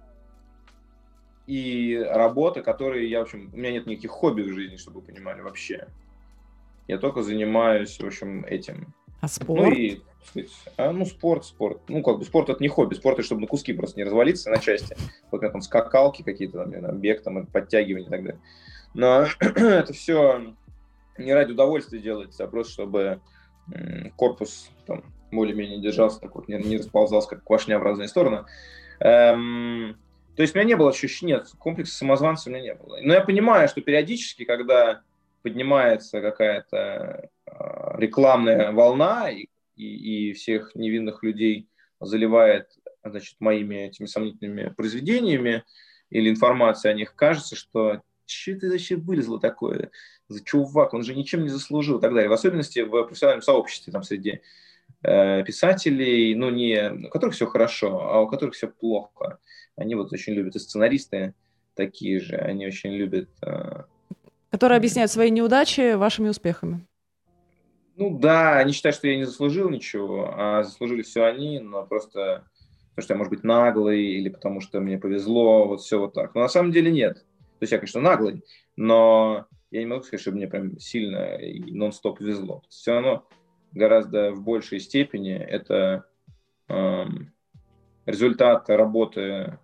и работы, которые я, в общем, у меня нет никаких хобби в жизни, чтобы вы понимали, вообще. Я только занимаюсь, в общем, этим. А спорт? Ну, и, сказать, а, ну, спорт, спорт. Ну, как бы спорт — это не хобби, спорт — это чтобы на куски просто не развалиться на части. Вот там скакалки какие-то, там, бег, там, подтягивания и так далее. Но это все не ради удовольствия делается, а просто чтобы корпус там более-менее держался, так вот, не, не расползался, как квашня в разные стороны. Эм, то есть у меня не было ощущения, нет, комплекса самозванца у меня не было. Но я понимаю, что периодически, когда поднимается какая-то э, рекламная волна и, и, и всех невинных людей заливает, значит, моими этими сомнительными произведениями или информацией о них, кажется, что что это вообще вылезло такое за чувак, он же ничем не заслужил и так далее. В особенности в профессиональном сообществе, там, среди э, писателей, ну, не, у которых все хорошо, а у которых все плохо. Они вот очень любят, и сценаристы такие же, они очень любят... Э, которые объясняют свои неудачи вашими успехами. Ну да, они считают, что я не заслужил ничего, а заслужили все они, но просто потому что я, может быть, наглый или потому что мне повезло, вот все вот так. Но на самом деле нет. То есть я, конечно, наглый, но я не могу сказать, что мне прям сильно и нон-стоп везло. Все равно гораздо в большей степени это эм, результат работы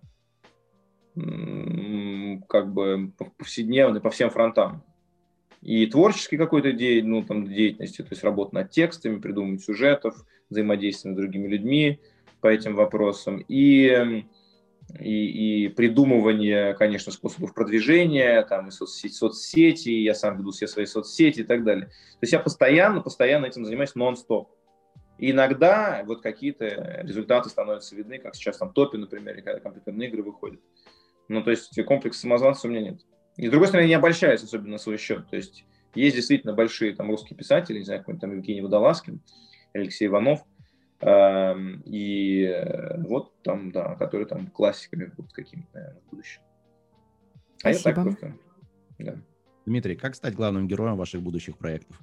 м, как бы повседневной по всем фронтам. И творческой какой-то де, ну, там, деятельности, то есть работа над текстами, придумывать сюжетов, взаимодействие с другими людьми по этим вопросам, и, и, и придумывание, конечно, способов продвижения, там, и соцсети, соцсети, я сам веду все свои соцсети и так далее. То есть я постоянно, постоянно этим занимаюсь нон-стоп. И иногда вот какие-то результаты становятся видны, как сейчас там топе, например, когда компьютерные игры выходят. Ну, то есть комплекс самозванца у меня нет. И, с другой стороны, я не обольщаюсь особенно на свой счет. То есть есть действительно большие там русские писатели, не знаю, какой-нибудь там Евгений Водолазкин, Алексей Иванов, э, и вот там, да, которые там классиками будут какими-то, наверное, в будущем. А я так просто, да. Дмитрий, как стать главным героем ваших будущих проектов?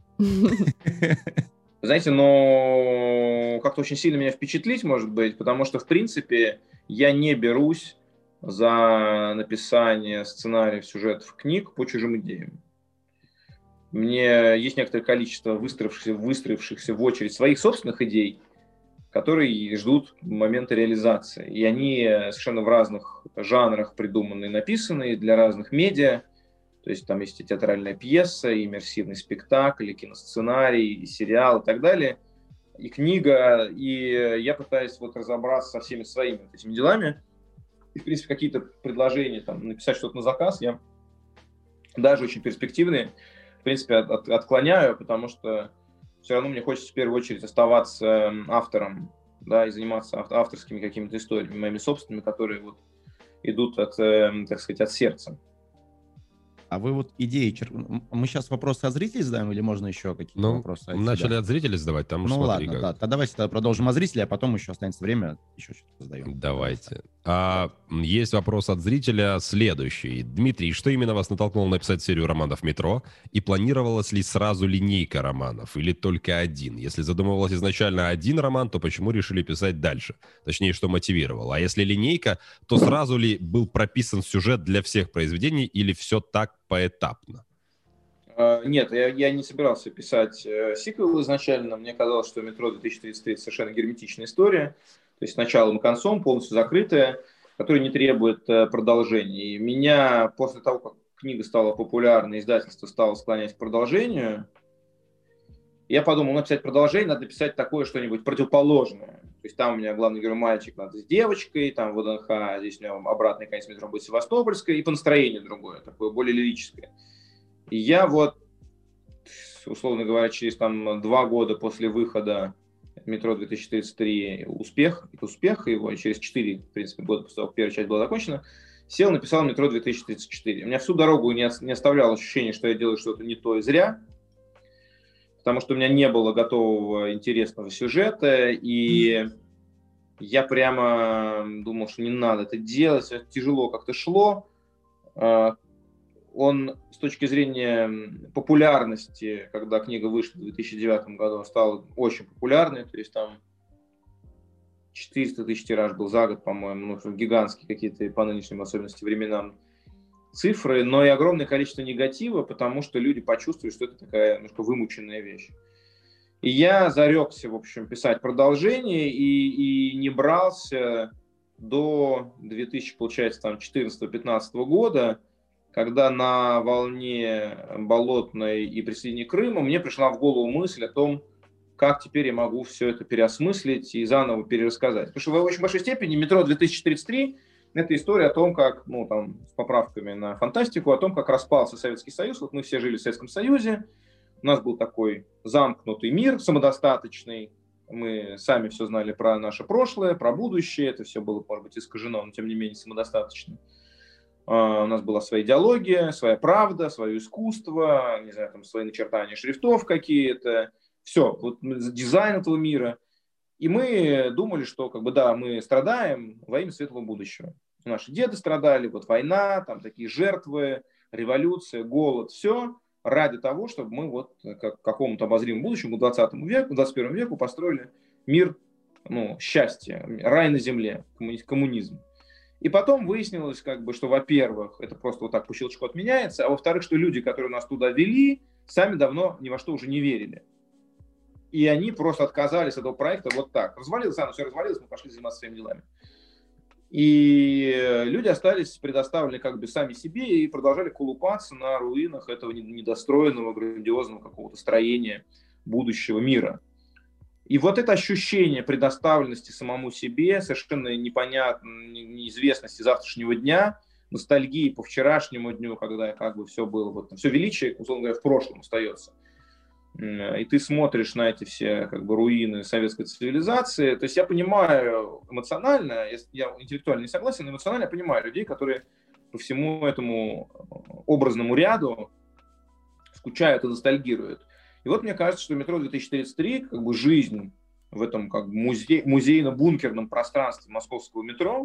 Знаете, но как-то очень сильно меня впечатлить, может быть, потому что, в принципе, я не берусь за написание сценариев, сюжетов, книг по чужим идеям. Мне есть некоторое количество выстроившихся, выстроившихся в очередь своих собственных идей, которые ждут момента реализации. И они совершенно в разных жанрах придуманы и написаны для разных медиа. То есть там есть и театральная пьеса, и иммерсивный спектакль, и киносценарий, и сериал, и так далее, и книга. И я пытаюсь вот разобраться со всеми своими вот этими делами. И, в принципе, какие-то предложения, там, написать что-то на заказ, я даже очень перспективные, в принципе, от, от, отклоняю, потому что все равно мне хочется в первую очередь оставаться автором, да, и заниматься авторскими какими-то историями, моими собственными, которые вот идут от, э, так сказать, от сердца. А вы вот идеи... Мы сейчас вопросы от зрителей задаем или можно еще какие-то ну, вопросы от начали себя? от зрителей задавать, там ну смотри, ладно, как... да. Тогда давайте тогда продолжим от зрителей, а потом еще останется время, еще что-то задаем. Давайте. А, есть вопрос от зрителя следующий. Дмитрий, что именно вас натолкнуло написать серию романов «Метро»? И планировалась ли сразу линейка романов? Или только один? Если задумывалось изначально один роман, то почему решили писать дальше? Точнее, что мотивировало? А если линейка, то сразу ли был прописан сюжет для всех произведений или все так поэтапно? Нет, я, я не собирался писать э, сиквел изначально. Мне казалось, что «Метро две тысячи тридцать три» совершенно герметичная история. То есть с началом и концом, полностью закрытая, которая не требует э, продолжения. И меня после того, как книга стала популярной, издательство стало склонять к продолжению, я подумал, написать продолжение, надо писать такое что-нибудь противоположное. То есть там у меня главный герой мальчик, надо с девочкой, там в ВДНХ, здесь у него обратный конец метро будет Севастопольское, и по настроению другое, такое более лирическое. И я вот, условно говоря, через там, два года после выхода «Метро две тысячи тридцать три» успех, успех его, и через четыре, в принципе, года после того, как первая часть была закончена, сел, написал «Метро две тысячи тридцать четыре». У меня всю дорогу не, не оставляло ощущение, что я делаю что-то не то и зря, потому что у меня не было готового интересного сюжета, и я прямо думал, что не надо это делать, тяжело как-то шло. Он с точки зрения популярности, когда книга вышла в две тысячи девятом году, стал очень популярной, то есть там четыреста тысяч тираж был за год, по-моему, ну, гигантские какие-то по нынешним особенностям временам цифры, но и огромное количество негатива, потому что люди почувствовали, что это такая немножко вымученная вещь. И я зарекся, в общем, писать продолжение и, и не брался до две тысячи, получается, там, четырнадцатого-пятнадцатого года, когда на волне Болотной и присоединения Крыма мне пришла в голову мысль о том, как теперь я могу все это переосмыслить и заново перерассказать. Потому что в очень большой степени «Метро две тысячи тридцать три» — это история о том, как, ну, там, с поправками на фантастику, о том, как распался Советский Союз. Вот мы все жили в Советском Союзе, у нас был такой замкнутый мир, самодостаточный, мы сами все знали про наше прошлое, про будущее, это все было, может быть, искажено, но тем не менее самодостаточно. Uh, у нас была своя идеология, своя правда, свое искусство, не знаю, там свои начертания шрифтов какие-то. Все, вот дизайн этого мира. И мы думали, что как бы да, мы страдаем во имя светлого будущего. Наши деды страдали, вот война, там такие жертвы, революция, голод, все ради того, чтобы мы вот к какому-то обозримому будущему, к двадцатому веку, двадцать первому веку построили мир, ну, счастье, рай на земле, коммунизм. И потом выяснилось, как бы, что, во-первых, это просто вот так по щелчку отменяется, а во-вторых, что люди, которые нас туда вели, сами давно ни во что уже не верили. И они просто отказались от этого проекта вот так. Развалилось, оно все развалилось, мы пошли заниматься своими делами. И люди остались предоставлены как бы сами себе и продолжали колупаться на руинах этого недостроенного, грандиозного какого-то строения будущего мира. И вот это ощущение предоставленности самому себе, совершенно непонятной неизвестности завтрашнего дня, ностальгии по вчерашнему дню, когда как бы все было, вот, все величие, условно говоря, в прошлом остается. И ты смотришь на эти все как бы руины советской цивилизации. То есть я понимаю эмоционально, я интеллектуально не согласен, но эмоционально я понимаю людей, которые по всему этому образному ряду скучают и ностальгируют. И вот мне кажется, что метро две тысячи тридцать три, как бы жизнь в этом как бы музей, музейно-бункерном пространстве московского метро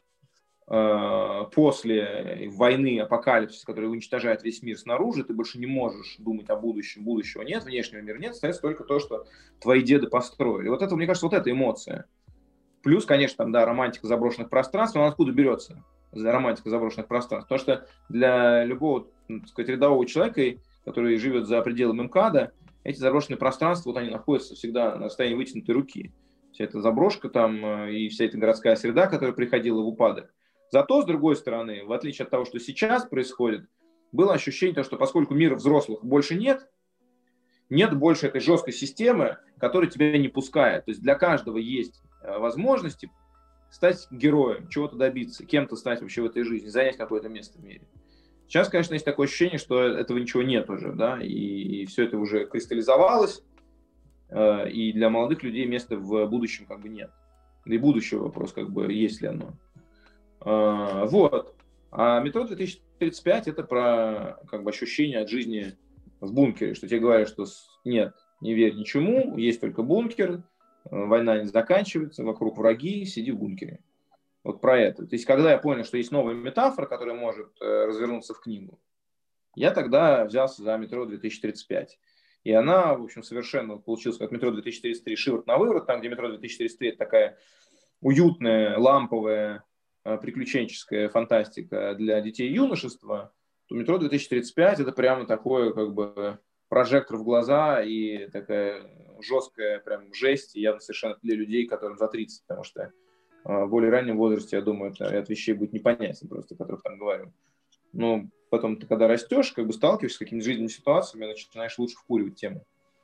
э, после войны, апокалипсиса, который уничтожает весь мир снаружи, ты больше не можешь думать о будущем, будущего нет, внешнего мира нет, остается только то, что твои деды построили. Вот это, мне кажется, вот эта эмоция. Плюс, конечно, там, да, романтика заброшенных пространств, но откуда берется романтика заброшенных пространств? Потому что для любого, так сказать, рядового человека, который живет за пределами МКАДа, эти заброшенные пространства, вот они находятся всегда на расстоянии вытянутой руки. Вся эта заброшка там и вся эта городская среда, которая приходила в упадок. Зато, с другой стороны, в отличие от того, что сейчас происходит, было ощущение того, что поскольку мира взрослых больше нет, нет больше этой жесткой системы, которая тебя не пускает. То есть для каждого есть возможности стать героем, чего-то добиться, кем-то стать вообще в этой жизни, занять какое-то место в мире. Сейчас, конечно, есть такое ощущение, что этого ничего нет уже, да, и, и все это уже кристаллизовалось, э, и для молодых людей места в будущем как бы нет. Да и будущий вопрос, как бы, есть ли оно. Э, вот. А метро две тысячи тридцать пять это про как бы ощущение от жизни в бункере, что тебе говорят, что нет, не верь ничему, есть только бункер, война не заканчивается, вокруг враги, сиди в бункере. Вот про это. То есть, когда я понял, что есть новая метафора, которая может э, развернуться в книгу, я тогда взялся за метро две тысячи тридцать пять. И она, в общем, совершенно получилась как метро две тысячи тридцать три шиворот на выворот, там, где метро две тысячи тридцать три это такая уютная, ламповая, э, приключенческая фантастика для детей и юношества, то метро две тысячи тридцать пять это прямо такое, как бы, прожектор в глаза и такая жесткая прям жесть, явно совершенно для людей, которым за тридцать, потому что в более раннем возрасте, я думаю, это ряд вещей будет непонятен просто, о которых там говорю. Но потом ты, когда растешь, как бы сталкиваешься с какими-то жизненными ситуациями, начинаешь лучше вкуривать тему.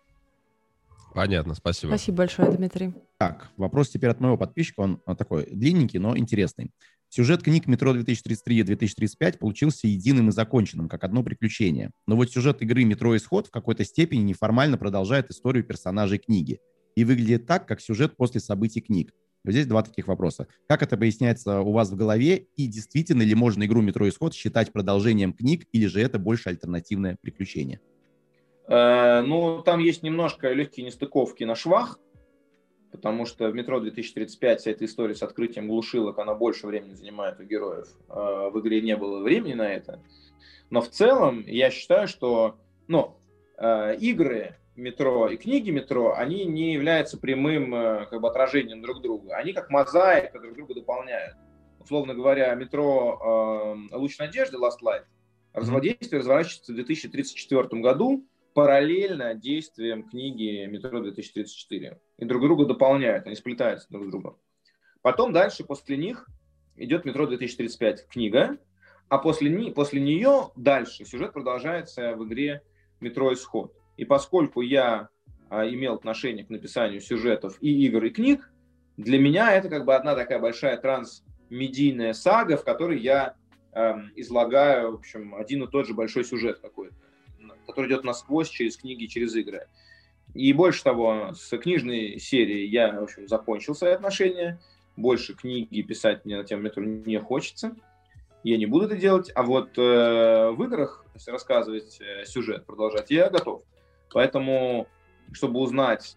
Понятно, спасибо. Спасибо большое, Дмитрий. Так, вопрос теперь от моего подписчика, он, он такой длинненький, но интересный. Сюжет книг «Метро две тысячи тридцать три» и «две тысячи тридцать пять» получился единым и законченным, как одно приключение. Но вот сюжет игры «Метро Исход» в какой-то степени неформально продолжает историю персонажей книги и выглядит так, как сюжет после событий книг. Вот здесь два таких вопроса. Как это поясняется у вас в голове? И действительно ли можно игру «Метро Исход» считать продолжением книг, или же это больше альтернативное приключение? Э, ну, там есть немножко легкие нестыковки на швах, потому что в «Метро две тысячи тридцать пять» вся эта история с открытием глушилок, она больше времени занимает у героев. Э, в игре не было времени на это. Но в целом я считаю, что ну, э, игры метро и книги метро, они не являются прямым как бы, отражением друг друга. Они как мозаика друг друга дополняют. Условно говоря, метро э, «Луч надежды» Last Light действие разворачивается в две тысячи тридцать четвёртом году параллельно действиям книги «Метро две тысячи тридцать четыре». И друг друга дополняют, они сплетаются друг с другом. Потом дальше, после них, идет «Метро две тысячи тридцать пять» книга, а после, после нее дальше сюжет продолжается в игре «Метро Исход». И поскольку я а, имел отношение к написанию сюжетов и игр, и книг, для меня это как бы одна такая большая трансмедийная сага, в которой я э, излагаю, в общем, один и тот же большой сюжет какой-то, который идет насквозь через книги, через игры. И больше того, с книжной серией я, в общем, закончил свои отношения. Больше книги писать мне на тему метро не хочется. Я не буду это делать. А вот э, в играх, если рассказывать э, сюжет, продолжать, я готов. Поэтому, чтобы узнать,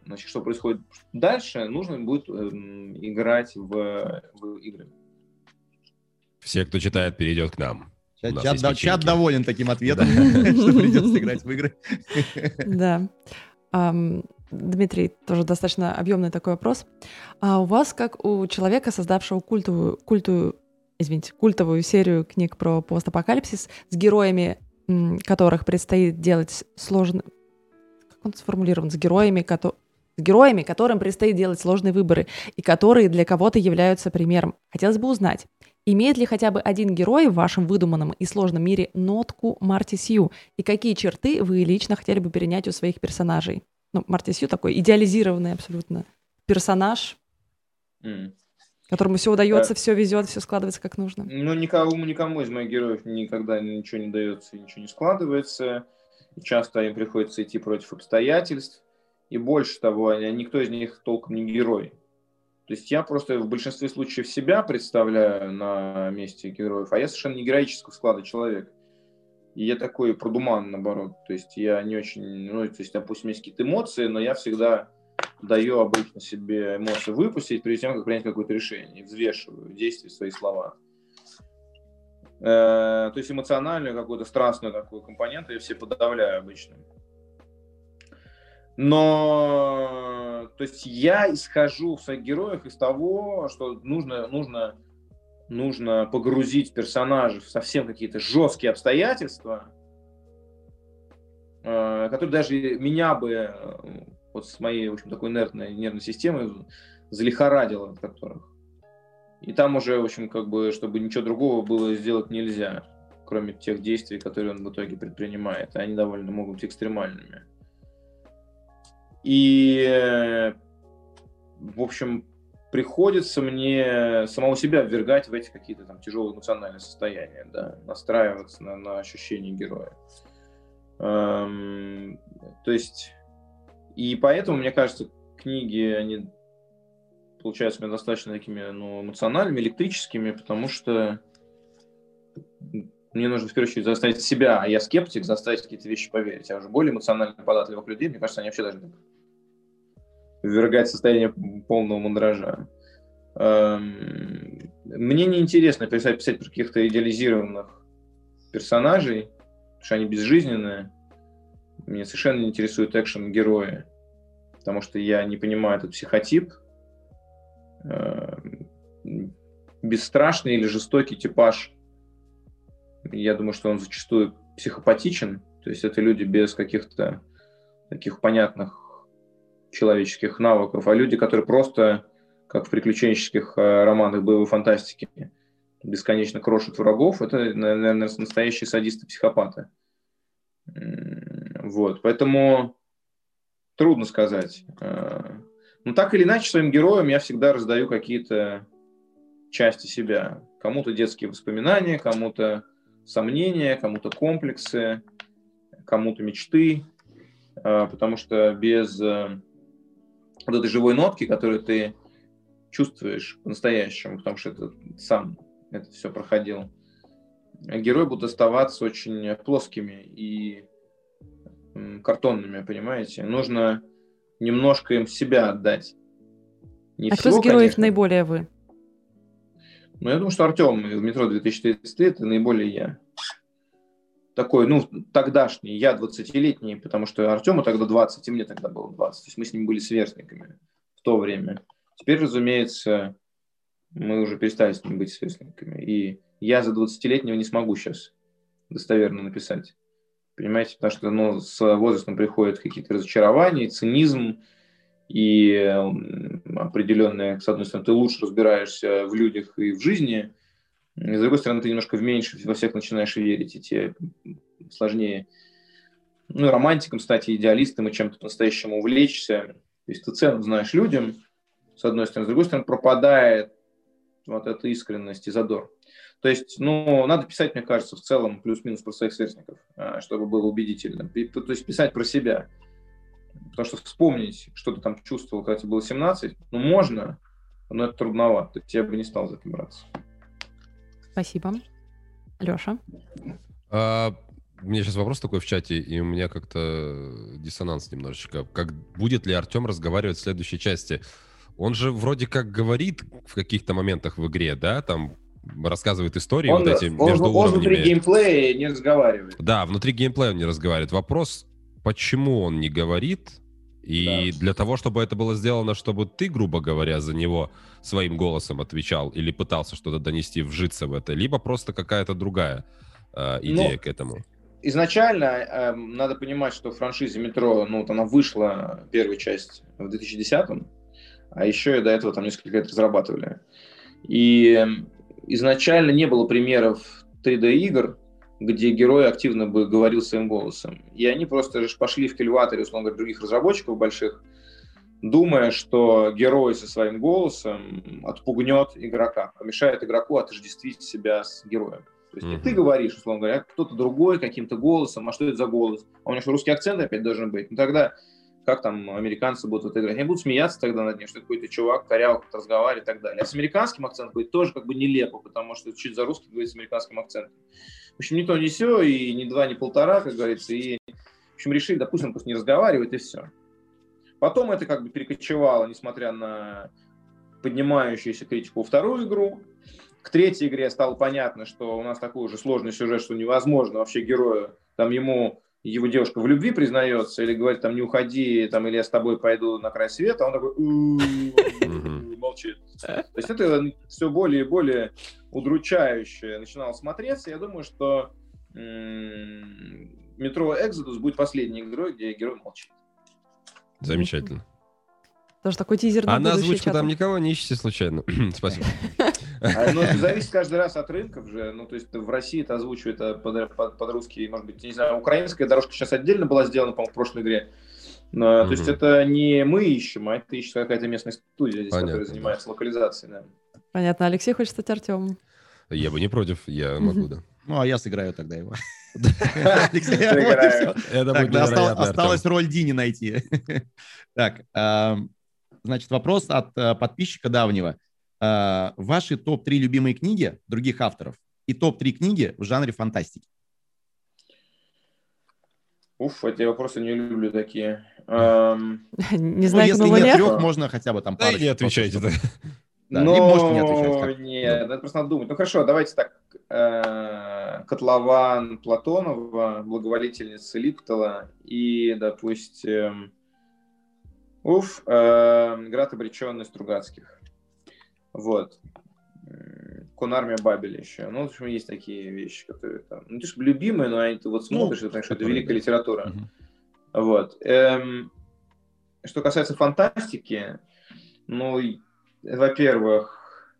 Значит, что происходит дальше, нужно будет э, играть в, в игры. Все, кто читает, перейдет к нам. Чат, чат, да, чат доволен таким ответом, что придется играть в игры. Да. Дмитрий, тоже достаточно объемный такой вопрос. А у вас, как у человека, создавшего культовую, культовую, извините, культовую серию книг про постапокалипсис, с героями, которых предстоит делать сложные... Как он сформулирован? С героями, ко... с героями, которым предстоит делать сложные выборы, и которые для кого-то являются примером. Хотелось бы узнать, имеет ли хотя бы один герой в вашем выдуманном и сложном мире нотку Марти Сью, и какие черты вы лично хотели бы перенять у своих персонажей? Ну, Марти Сью такой идеализированный абсолютно персонаж, mm. которому все удается, а... все везет, все складывается как нужно. Ну, никому, никому из моих героев никогда ничего не дается, ничего не складывается. Часто им приходится идти против обстоятельств. И больше того, никто из них толком не герой. То есть я просто в большинстве случаев себя представляю на месте героев, а я совершенно не героического склада человек. И я такой продуман, наоборот. То есть я не очень... Ну, то есть, допустим, есть какие-то эмоции, но я всегда даю обычно себе эмоции выпустить, прежде чем как принять какое-то решение. И взвешиваю действия, свои слова. Э, то есть эмоциональную, какую-то страстную такую компоненту я все подавляю обычно. Но... То есть я исхожу в своих героях из того, что нужно... нужно нужно погрузить персонажей в совсем какие-то жесткие обстоятельства, которые даже меня бы вот с моей, в общем, такой инертной нервной системой залихорадило от которых. И там уже, в общем, как бы, чтобы ничего другого было сделать нельзя, кроме тех действий, которые он в итоге предпринимает. Они довольно могут быть экстремальными. И, в общем, приходится мне самого себя ввергать в эти какие-то там тяжелые эмоциональные состояния, да, настраиваться на, на ощущения героя. Эм, то есть, и поэтому, мне кажется, книги, они получаются у меня достаточно такими, ну, эмоциональными, электрическими, потому что мне нужно, в первую очередь, заставить себя, а я скептик, заставить какие-то вещи поверить. А уже более эмоционально податливых людей, мне кажется, они вообще должны ввергать в состояние полного мандража. Мне неинтересно писать, писать про каких-то идеализированных персонажей, потому что они безжизненные. Меня совершенно не интересуют экшен-герои, потому что я не понимаю этот психотип. Бесстрашный или жестокий типаж, я думаю, что он зачастую психопатичен, то есть это люди без каких-то таких понятных человеческих навыков, а люди, которые просто, как в приключенческих романах боевой фантастики, бесконечно крошат врагов, это, наверное, настоящие садисты-психопаты. Вот, поэтому трудно сказать. Но так или иначе, своим героям я всегда раздаю какие-то части себя. Кому-то детские воспоминания, кому-то сомнения, кому-то комплексы, кому-то мечты, потому что без вот этой живой нотки, которую ты чувствуешь по-настоящему, потому что ты сам это все проходил, герои будут оставаться очень плоскими и картонными, понимаете? Нужно немножко им себя отдать. Не а всего, кто из героев конечно. наиболее вы? Ну, я думаю, что Артем в «Метро две тысячи тридцать три» — это наиболее я. Такой, ну, тогдашний, я двадцатилетний, потому что Артему тогда двадцать, и мне тогда было двадцать. То есть мы с ним были сверстниками в то время. Теперь, разумеется, мы уже перестали с ним быть сверстниками. И я за двадцатилетнего не смогу сейчас достоверно написать. Понимаете? Потому что, ну, с возрастом приходят какие-то разочарования, цинизм, и определенные, с одной стороны, ты лучше разбираешься в людях и в жизни, и, с другой стороны, ты немножко меньше во всех начинаешь верить, и тебе сложнее, ну, и романтиком стать, и идеалистом, и чем-то по-настоящему увлечься. То есть ты цену знаешь людям, с одной стороны, с другой стороны, пропадает вот эта искренность и задор. То есть, ну, надо писать, мне кажется, в целом плюс-минус про своих сверстников, чтобы было убедительно. То есть писать про себя. Потому что вспомнить, что ты там чувствовал, когда тебе было семнадцать, ну, можно, но это трудновато. То есть я бы не стал за это браться. Спасибо. Леша? А, у меня сейчас вопрос такой в чате, и у меня как-то диссонанс немножечко. Как будет ли Артем разговаривать в следующей части? Он же вроде как говорит в каких-то моментах в игре, да, там рассказывает истории он, вот эти он, между он уровнями. Он внутри геймплея не разговаривает. Да, внутри геймплея он не разговаривает. Вопрос, почему он не говорит? И да. Для того, чтобы это было сделано, чтобы ты, грубо говоря, за него своим голосом отвечал или пытался что-то донести, вжиться в это, либо просто какая-то другая э, идея ну, к этому. Изначально э, надо понимать, что франшиза «Метро», ну, вот она вышла, первая часть, в две тысячи десятом, а еще и до этого там несколько лет разрабатывали. И изначально не было примеров три дэ-игр, где герой активно бы говорил своим голосом. И они просто же пошли в кильваторе, условно говоря, других разработчиков больших, думая, что герой со своим голосом отпугнет игрока, помешает игроку отождествить себя с героем. То есть mm-hmm. не ты говоришь, условно говоря, а кто-то другой каким-то голосом, а что это за голос? А у него что, русский акцент опять должен быть? Ну тогда как там американцы будут в это играть? Они будут смеяться тогда над ним, что какой-то чувак коряво как-то разговаривает и так далее. А с американским акцентом будет тоже как бы нелепо, потому что чуть за русский говорит с американским акцентом. В общем, ни то, ни сё, и ни два, ни полтора, как говорится. И, в общем, решили, допустим, просто не разговаривать, и все. Потом это как бы перекочевало, несмотря на поднимающуюся критику, во вторую игру. К третьей игре стало понятно, что у нас такой уже сложный сюжет, что невозможно вообще герою, там ему его девушка в любви признается, или говорит, там, не уходи, там, или я с тобой пойду на край света, а он такой молчит. То есть это все более и более удручающе начинало смотреться. Я думаю, что Metro Exodus будет последней игрой, где герой молчит. Замечательно. Тоже такой тизер на а на озвучку там никого не ищите случайно. Спасибо. А, ну, это зависит каждый раз от рынков же. Ну, то есть в России это озвучивает под, под, под русский, может быть, не знаю, украинская дорожка сейчас отдельно была сделана, по-моему, в прошлой игре. Но, mm-hmm. То есть это не мы ищем, а это ищет какая-то местная студия, здесь, которая занимается да. локализацией. Да. Понятно. Алексей хочет стать Артемом. Я бы не против, я могу, да. Ну, а я сыграю тогда его. Осталась роль Дини найти. Так, значит, вопрос от подписчика давнего. Ваши топ три любимые книги других авторов и топ три книги в жанре фантастики. Уф, эти вопросы не люблю такие. Не знаю, если нет трех, можно хотя бы там пару. Да не отвечайте. Да, но... можете не отвечать. Как... Нет, надо просто надо думать. Ну хорошо, давайте так. Котлован Платонова, Благоволительница Липтала и, допустим, уф, Град обреченный Стругацких. Вот. Конармия Бабеля еще. Ну, в общем, есть такие вещи, которые там... Ну, ты же любимые, но они, ты вот смотришь, ну, и знаешь, что это великая да. литература. Угу. Вот. Эм, что касается фантастики, ну, во-первых,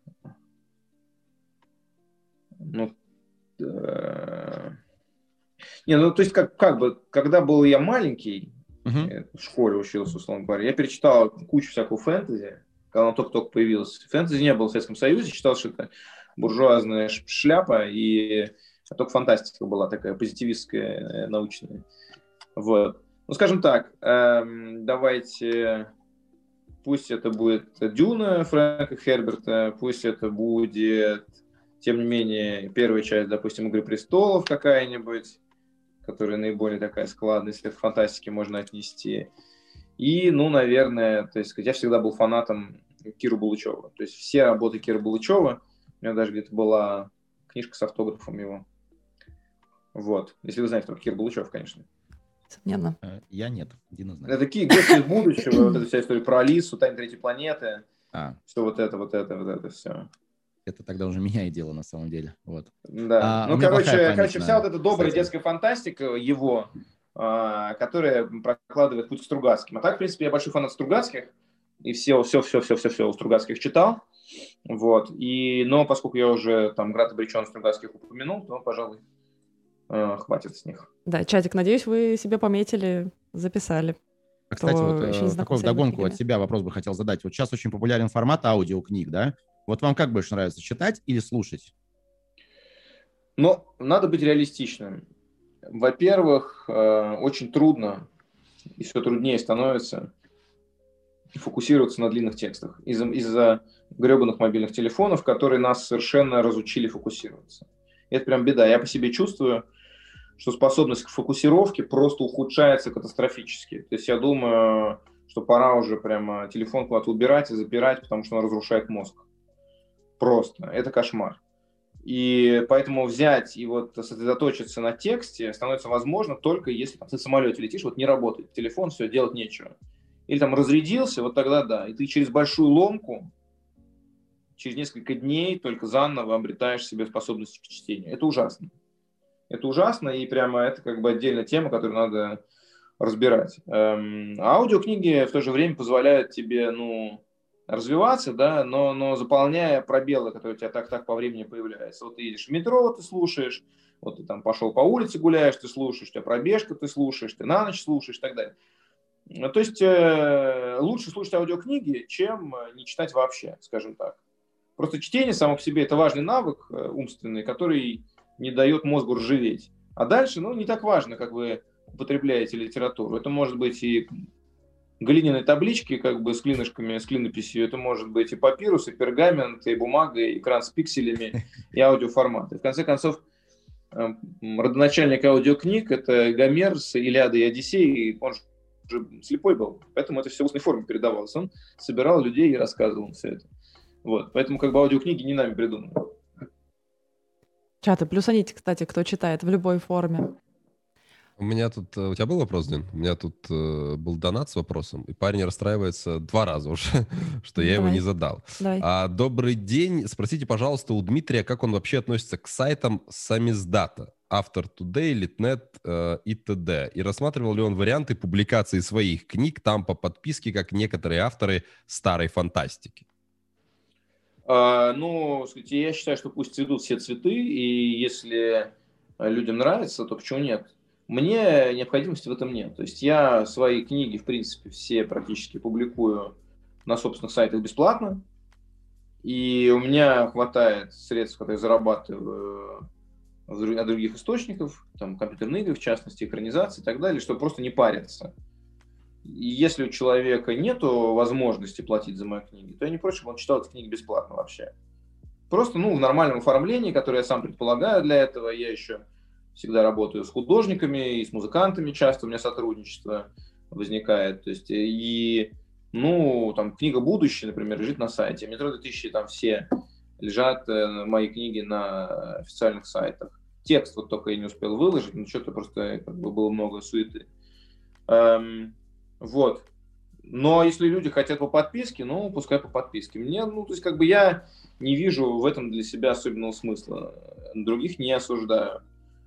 ну, э, не, ну, то есть, как, как бы, когда был я маленький, uh-huh. в школе учился, условно говоря, я перечитал кучу всякого фэнтези, когда оно только-только появилось. Фэнтези не было в Советском Союзе, считал, что это буржуазная шляпа, и только фантастика была такая позитивистская, научная. Вот. Ну, скажем так, эм, давайте... Пусть это будет Дюна Фрэнка Херберта, пусть это будет, тем не менее, первая часть, допустим, «Игры престолов» какая-нибудь, которая наиболее такая складная, если к фантастике можно отнести. И, ну, наверное, то есть я всегда был фанатом Киры Булычева. То есть все работы Киры Булычева, у меня даже где-то была книжка с автографом его. Вот. Если вы знаете, кто Кир Булычев, конечно. Несомненно. Я нет, Дина знает. Это такие гости из будущего, вот эта вся история про Алису, Тайны третьей планеты, а. все вот это, вот это, вот это все. Это тогда уже меняет дело на самом деле. Вот. Да. А, ну, короче, короче, вся вот эта добрая детская фантастика его, а, которая прокладывает путь к Стругацким. А так, в принципе, я большой фанат Стругацких, и все, все, все, все, все, все у Стругацких читал. Вот. И, но поскольку я уже там «Град обреченный» Стругацких упомянул, то, пожалуй, хватит с них. Да, чатик, надеюсь, вы себе пометили, записали. А, кстати, вот такой вдогонку от себя вопрос бы хотел задать. Вот сейчас очень популярен формат аудиокниг, да? Вот вам как больше нравится, читать или слушать? Ну, надо быть реалистичным. Во-первых, очень трудно, и все труднее становится фокусироваться на длинных текстах из-за, из-за гребаных мобильных телефонов, которые нас совершенно разучили фокусироваться. И это прям беда. Я по себе чувствую, что способность к фокусировке просто ухудшается катастрофически. То есть я думаю, что пора уже прямо телефон куда-то убирать и запирать, потому что он разрушает мозг. Просто. Это кошмар. И поэтому взять и вот сосредоточиться на тексте становится возможно только если ты в самолете летишь, вот не работает телефон, все, делать нечего. Или там разрядился, вот тогда да. И ты через большую ломку, через несколько дней только заново обретаешь себе способность к чтению. Это ужасно. Это ужасно, и прямо это как бы отдельная тема, которую надо разбирать. Эм, а аудиокниги в то же время позволяют тебе, ну, развиваться, да, но, но заполняя пробелы, которые у тебя так-так по времени появляются. Вот ты едешь в метро, ты слушаешь, вот ты там пошел по улице гуляешь, ты слушаешь, у тебя пробежка, ты слушаешь, ты на ночь слушаешь и так далее. То есть э, лучше слушать аудиокниги, чем не читать вообще, скажем так. Просто чтение само по себе – это важный навык э, умственный, который не дает мозгу ржаветь. А дальше, ну, не так важно, как вы употребляете литературу. Это может быть и глиняные таблички, как бы с клинышками, с клинописью. Это может быть и папирус, и пергамент, и бумага, и экран с пикселями, и аудиоформат. И в конце концов, э, родоначальник аудиокниг – это Гомер с Илиадой и Одиссеей. Он же слепой был, поэтому это все в устной форме передавалось. Он собирал людей и рассказывал все это. Вот. Поэтому как бы аудиокниги не нами придуманы. Чаты, плюсаните, кстати, кто читает в любой форме. У меня тут... У тебя был вопрос, Дин? У меня тут э, был донат с вопросом, и парень расстраивается два раза уже, что я Давай. его не задал. А, добрый день. Спросите, пожалуйста, у Дмитрия, как он вообще относится к сайтам самиздата, Автор Today, Литнет э, и т.д. И рассматривал ли он варианты публикации своих книг там по подписке, как некоторые авторы старой фантастики? А, ну, я считаю, что пусть цветут все цветы, и если людям нравится, то почему нет? Мне необходимости в этом нет. То есть я свои книги, в принципе, все практически публикую на собственных сайтах бесплатно, и у меня хватает средств, которые я зарабатываю от других источников, там, компьютерные игры, в частности, экранизации и так далее, чтобы просто не париться. И если у человека нет возможности платить за мои книги, то я не против, чтобы он читал эти книги бесплатно вообще. Просто, ну, в нормальном оформлении, которое я сам предполагаю для этого. Я еще всегда работаю с художниками и с музыкантами, часто у меня сотрудничество возникает. То есть, и, ну, там, книга «Будущее», например, лежит на сайте. Метро две тысячи, там все лежат мои книги на официальных сайтах. Текст вот только я не успел выложить, но что-то просто как бы было много суеты. Эм, вот. Но если люди хотят по подписке, ну, пускай по подписке. Мне, ну, то есть, как бы я не вижу в этом для себя особенного смысла. Других не осуждаю.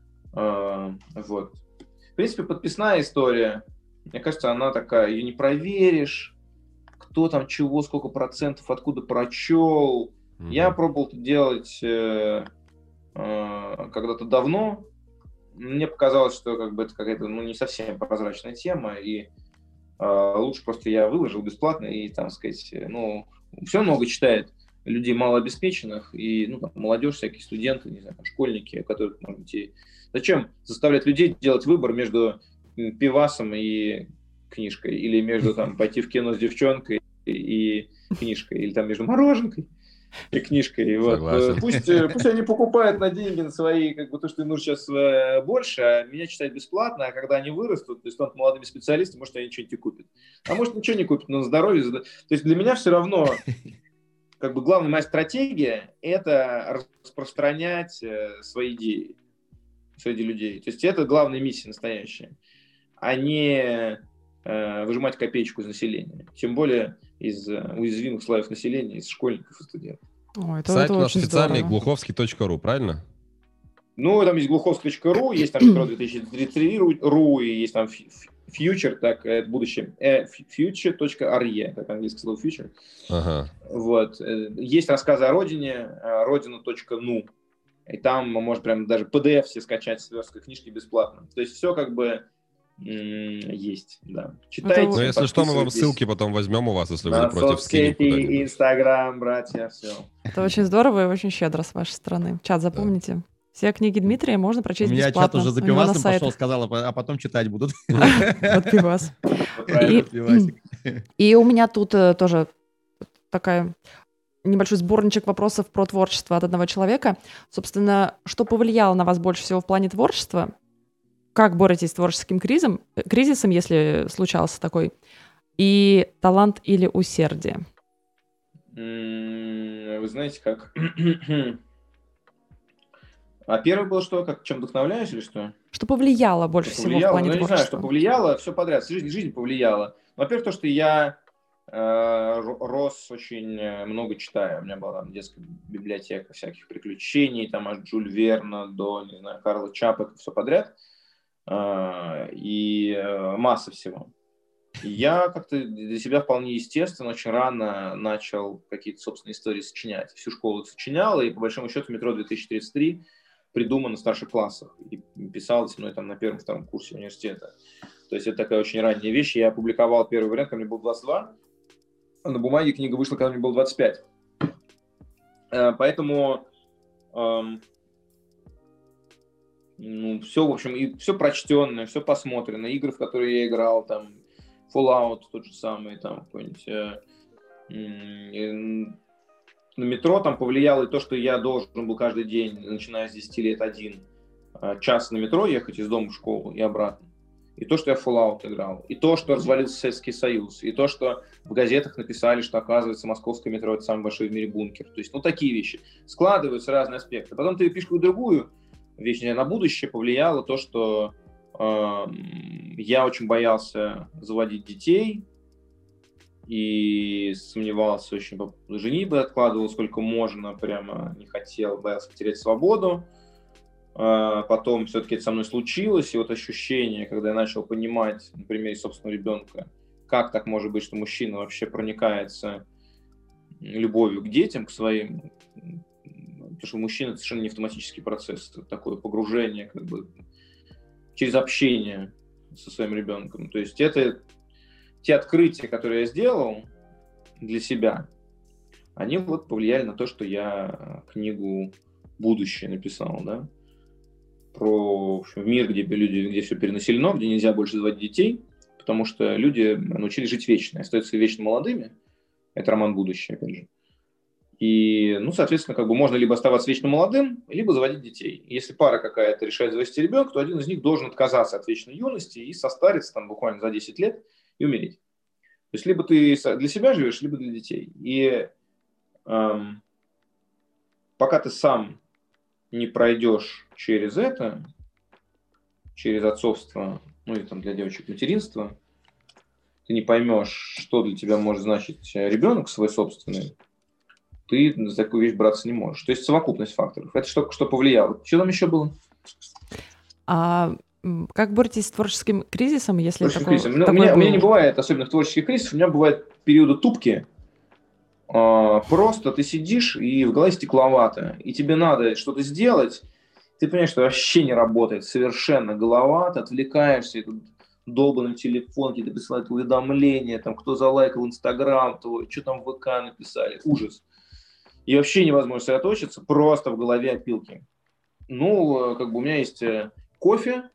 Э, вот. В принципе, подписная история, мне кажется, она такая, ее не проверишь, кто там чего, сколько процентов, откуда прочел. Mm-hmm. Я пробовал это делать э, э, когда-то давно. Мне показалось, что как бы это какая-то, ну, не совсем прозрачная тема, и э, лучше просто я выложил бесплатно, и, там сказать, ну, все много читает людей малообеспеченных, и, ну, там, молодежь, всякие студенты, не знаю, там, школьники, у которых, может быть, и... Зачем заставлять людей делать выбор между пивасом и книжкой, или между, там, пойти в кино с девчонкой и книжкой, или там между мороженкой и книжкой. Вот. Пусть, пусть они покупают на деньги на свои, как бы, то, что им нужно сейчас больше, а меня читать бесплатно, а когда они вырастут, то есть станут молодыми специалистами, может, они что-нибудь и купят. А может, ничего не купят, но на здоровье. То есть для меня все равно, как бы, главная моя стратегия – это распространять свои идеи среди людей. То есть это главная миссия настоящая, а не э, выжимать копеечку из населения. Тем более из э, уязвимых слоев населения, из школьников и студентов. Ой, это, сайт это наш официальный здорово. глуховский точка ру, правильно? Ну, там есть глуховский точка ру, есть там метро две тысячи тридцать три точка ру, и есть там future, так, это будущее, future точка ар и, как английское слово future. Ага. Вот. Есть рассказы о родине, родина точка ну. И там можно прям даже пи ди эф все скачать с версткой книжки бесплатно. То есть все как бы м- есть, да. Читайте. Ну, если что, мы вам ссылки потом возьмем у вас, если вы не против, скинем куда-нибудь. Инстаграм, братья, все. Это очень здорово и очень щедро с вашей стороны. Чат, запомните. Да. Все книги Дмитрия можно прочесть бесплатно. У меня меня чат уже за пивасом пошел, сказал, а потом читать будут. Вот пивас. И у меня тут тоже такая... небольшой сборничек вопросов про творчество от одного человека. Собственно, что повлияло на вас больше всего в плане творчества? как боретесь с творческим кризисом, кризисом, если случался такой, и талант или усердие? Вы знаете, как... А первое было что? Как, чем вдохновляешь или что? Что повлияло больше что всего повлияло? в плане ну, творчества? Не знаю, что повлияло, все подряд. Жизнь, жизнь повлияла. Во-первых, то, что я э, рос очень много читая. У меня была там детская библиотека всяких приключений, там от Жюль Верна до, не знаю, Карла Чапека, все подряд. Э, и э, масса всего. И я как-то для себя вполне естественно очень рано начал какие-то собственные истории сочинять. Всю школу сочинял, и по большому счету «Метро две тысячи тридцать три» придумано в старших классах. И писалось мной там на первом-втором курсе университета. То есть это такая очень ранняя вещь. Я опубликовал первый вариант, когда мне было двадцать два. А на бумаге книга вышла, когда мне было двадцать пять. Поэтому эм, ну, все, в общем, и все прочтенное, все посмотрено. Игры, в которые я играл, там, Fallout тот же самый, там, какой-нибудь... Э, э, на метро там повлияло и то, что я должен был каждый день, начиная с десяти лет, один час на метро ехать из дома в школу и обратно. И то, что я в Fallout играл. И то, что развалился Советский Союз. И то, что в газетах написали, что, оказывается, московское метро — это самый большой в мире бункер. То есть, ну, такие вещи. Складываются разные аспекты. Потом ты пишешь какую-то другую вещь. На будущее повлияло то, что э, я очень боялся заводить детей. И сомневался очень, женитьбы откладывал сколько можно, прямо не хотел, боялся потерять свободу. Потом все-таки это со мной случилось, и вот ощущение, когда я начал понимать на примере собственного ребенка, как так может быть, что мужчина вообще проникается любовью к детям, к своим, потому что мужчина — это совершенно не автоматический процесс, это такое погружение как бы через общение со своим ребенком. То есть это те открытия, которые я сделал для себя, они вот повлияли на то, что я книгу «Будущее» написал, да, про, в общем, мир, где люди, где все перенаселено, где нельзя больше заводить детей, потому что люди научились жить вечно, остаются вечно молодыми. Это роман «Будущее», опять же. И, ну, соответственно, как бы можно либо оставаться вечно молодым, либо заводить детей. Если пара какая-то решает завести ребенка, то один из них должен отказаться от вечной юности и состариться там буквально за десять лет и умереть. То есть либо ты для себя живешь, либо для детей. И эм, пока ты сам не пройдешь через это, через отцовство, ну и там для девочек материнство, ты не поймешь, что для тебя может значить ребенок свой собственный, ты за такую вещь браться не можешь. То есть совокупность факторов. Это что, что повлияло. Что там еще было? А как боретесь с творческим кризисом, если творческим такое, кризисом? Ну, у, меня, у меня не бывает особенных творческих кризисов, у меня бывают периоды тупки. А, просто ты сидишь, и в голове стекловато, и тебе надо что-то сделать, ты понимаешь, что вообще не работает совершенно голова, ты отвлекаешься, и тут долбанный телефон, тебе присылают уведомления, там, кто залайкал Инстаграм, что там в ВК написали, ужас. И вообще невозможно сосредоточиться, просто в голове опилки. Ну, как бы у меня есть кофе,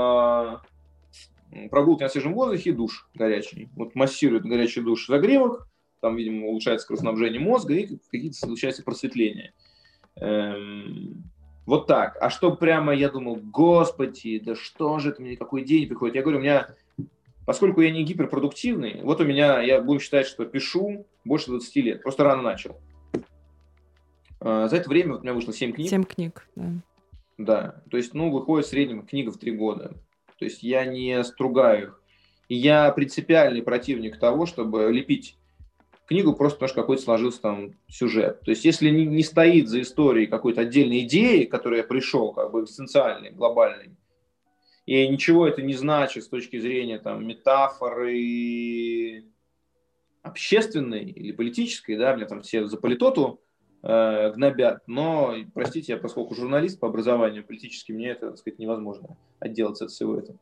прогулки на свежем воздухе и душ горячий. Вот массирует горячий душ загревок, там, видимо, улучшается кровоснабжение мозга и какие-то случаются просветления. Эм, вот так. А что прямо я думал, господи, да что же это, мне никакой день приходит. Я говорю, у меня, поскольку я не гиперпродуктивный, вот у меня, я буду считать, что пишу больше двадцати лет, просто рано начал. За это время вот у меня вышло семь книг. семь книг, да. Да, то есть, ну, выходит в среднем книга в три года. То есть я не стругаю их. И я принципиальный противник того, чтобы лепить книгу просто потому, что какой-то сложился там сюжет. То есть если не, не стоит за историей какой-то отдельной идеи, к которой я пришел, как бы экзистенциальной, глобальной, и ничего это не значит с точки зрения там метафоры общественной или политической, да, меня там все за политоту э, гнобят, но, простите, я поскольку журналист по образованию политически, мне это, так сказать, невозможно отделаться от всего этого.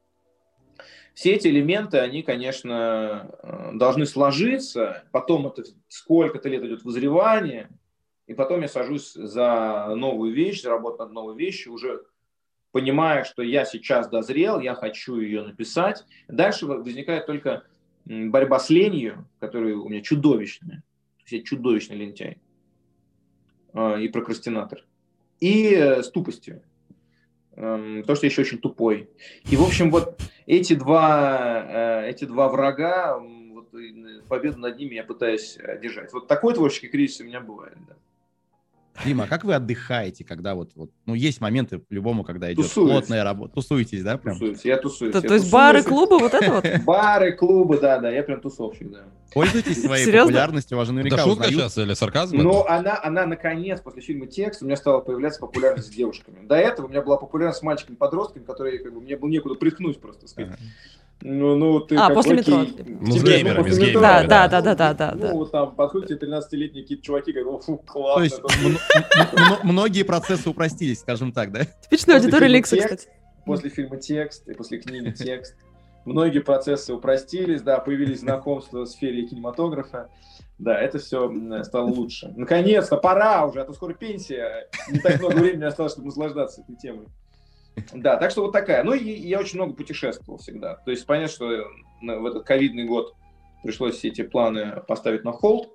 Все эти элементы, они, конечно, должны сложиться, потом это сколько-то лет идет вызревание, и потом я сажусь за новую вещь, за работу над новой вещью, уже понимая, что я сейчас дозрел, я хочу ее написать. Дальше возникает только борьба с ленью, которая у меня чудовищная, то есть я чудовищный лентяй и прокрастинатор, и с тупостью. эм, потому что я еще очень тупой. И, в общем, вот эти два, э, эти два врага, вот, победу над ними я пытаюсь держать. Вот такой творческий кризис у меня бывает, да. Дима, а как вы отдыхаете, когда вот, вот ну, есть моменты по-любому, когда идет Тусуюсь. плотная работа? Тусуетесь, да? Прям? Тусуюсь, я тусуюсь. То, я то есть тусуюсь. бары, клубы, вот это вот? Бары, клубы, да, да, я прям тусовщик, да. Пользуетесь своей Серьезно? популярностью, вас же наверняка Это шутка узнают. сейчас или сарказм? Но это? она, она, наконец, после фильма «Текст» у меня стала появляться популярность с девушками. До этого у меня была популярность с мальчиками-подростками, которые, как бы, мне было некуда приткнуть просто, так сказать. Ага. Ну, ну, ты А, как, после окей, метро. Ну, с тебе, геймерами, после с метро, геймерами, Да, да. да, да, да, да, Ну, да. там подходят тебе тринадцатилетние какие-то чуваки, говорят, фу, То классно. есть это м- м- м- многие процессы упростились, скажем так, да? Типичная После аудитория фильма Ликса, «Текст», кстати. После фильма «Текст» и после книги «Текст» многие процессы упростились, да, появились знакомства в сфере кинематографа. Да, это все стало лучше. Наконец-то, пора уже, а то скоро пенсия. Не так много времени осталось, чтобы наслаждаться этой темой. Да, так что вот такая. Ну, и я очень много путешествовал всегда. То есть понятно, что в этот ковидный год пришлось все эти планы поставить на холд.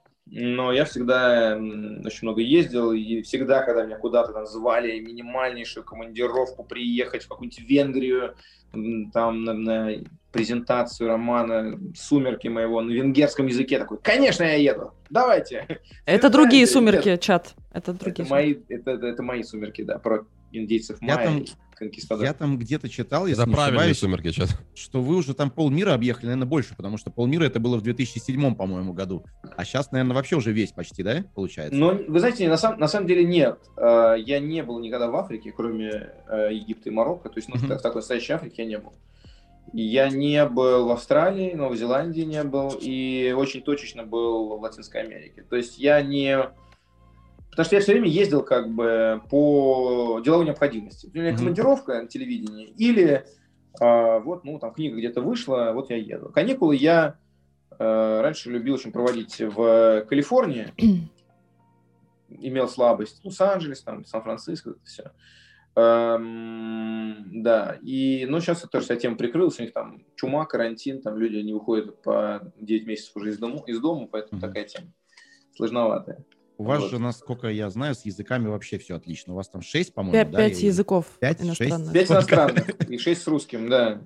Но я всегда очень много ездил, и всегда, когда меня куда-то там звали, минимальнейшую командировку приехать в какую-нибудь Венгрию, там на, на презентацию романа «Сумерки» моего на венгерском языке, такой, конечно, я еду, давайте. Это другие сумерки, чат. Это другие это мои, это, это, это мои сумерки, да, про индейцев Я майя там, и конкистадоров. я там где-то читал, если Это не правильные ошибаюсь, сумерки сейчас. что вы уже там полмира объехали, наверное, больше, потому что полмира это было в две тысячи седьмом, по-моему, году. А сейчас, наверное, вообще уже весь почти, да, получается? Ну, вы знаете, на, сам, на самом деле нет. Я не был никогда в Африке, кроме Египта и Марокко. То есть, ну, mm-hmm. в такой настоящей Африке я не был. Я не был в Австралии, Новой Зеландии не был, и очень точечно был в Латинской Америке. То есть я не... Потому что я все время ездил как бы по деловой необходимости. У меня командировка mm-hmm. на телевидении, или а, вот, ну, там книга где-то вышла, вот я еду. Каникулы я а, раньше любил очень проводить в Калифорнии. Имел слабость. Лос-Анджелес, там, Сан-Франциско, это все. Эм, да, и, ну, сейчас тоже вся тема прикрылась, у них там чума, карантин, там люди не выходят по девять месяцев уже из дома, из дома поэтому mm-hmm. такая тема сложноватая. У вас вот. же, насколько я знаю, с языками вообще все отлично. У вас там шесть, по-моему, Пять, да? пять языков Пять, иностранных. Пять иностранных и шесть с русским, да.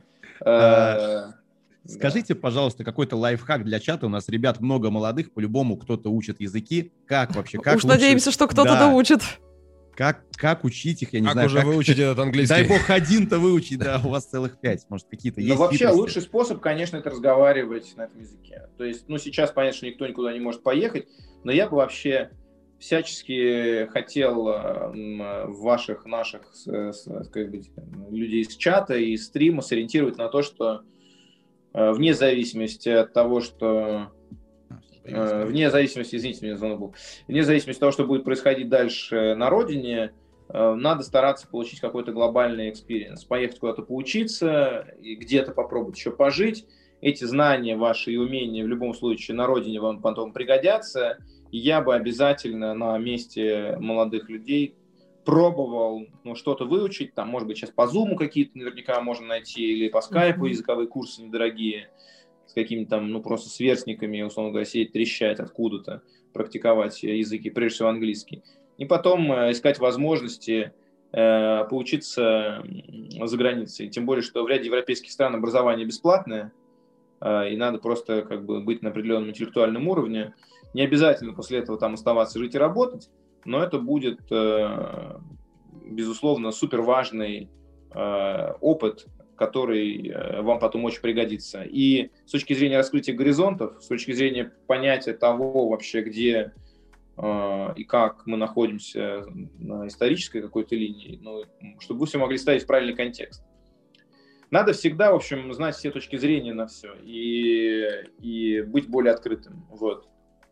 Скажите, пожалуйста, какой-то лайфхак для чата. У нас ребят много молодых, по-любому кто-то учит языки. Как вообще? Как Уж лучше... надеемся, что кто-то да. да учит. Как, как учить их, я не как знаю. Уже как уже выучить этот английский? Дай бог один-то выучить, да, у вас целых пять. Может, какие-то есть Ну, вообще, хитрости? лучший способ, конечно, это разговаривать на этом языке. То есть, ну, сейчас понятно, что никто никуда не может поехать, но я бы вообще всячески хотел э, ваших, наших э, как бы, людей из чата и стрима сориентировать на то, что э, вне зависимости от того, что э, вне зависимости, извините, меня звонок был, вне зависимости от того, что будет происходить дальше на родине, э, надо стараться получить какой-то глобальный экспириенс, поехать куда-то поучиться и где-то попробовать еще пожить. Эти знания ваши и умения в любом случае на родине вам потом пригодятся. Я бы обязательно на месте молодых людей пробовал ну, что-то выучить. Там, может быть, сейчас по Zoom какие-то наверняка можно найти, или по Skype mm-hmm. языковые курсы недорогие, с какими-то там, ну, просто сверстниками, условно говоря, сидеть, трещать откуда-то, практиковать языки, прежде всего английский. И потом э, искать возможности э, поучиться за границей. Тем более, что в ряде европейских стран образование бесплатное, э, и надо просто как бы быть на определенном интеллектуальном уровне. Не обязательно после этого там оставаться, жить и работать, но это будет, э, безусловно, супер важный э, опыт, который э, вам потом очень пригодится. И с точки зрения раскрытия горизонтов, с точки зрения понятия того вообще, где э, и как мы находимся на исторической какой-то линии, ну, чтобы вы все могли ставить в правильный контекст. Надо всегда, в общем, знать все точки зрения на все и, и быть более открытым. Вот.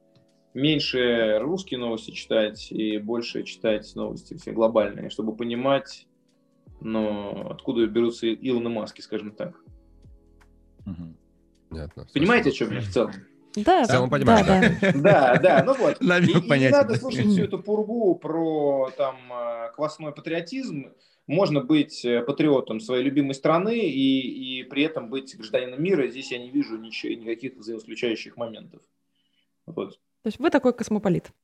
Меньше русские новости читать и больше читать новости все глобальные, чтобы понимать, ну, откуда берутся Илоны Маски, скажем так. Угу. Понятно. Понимаете, о чем я в целом? Да, в целом понимаю, да. Да, да, да, ну вот. И, и не надо да. слушать всю эту пургу про там квасной патриотизм. Можно быть патриотом своей любимой страны и, и при этом быть гражданином мира. Здесь я не вижу ничего, никаких взаимоисключающих моментов. Вот. То есть вы такой космополит.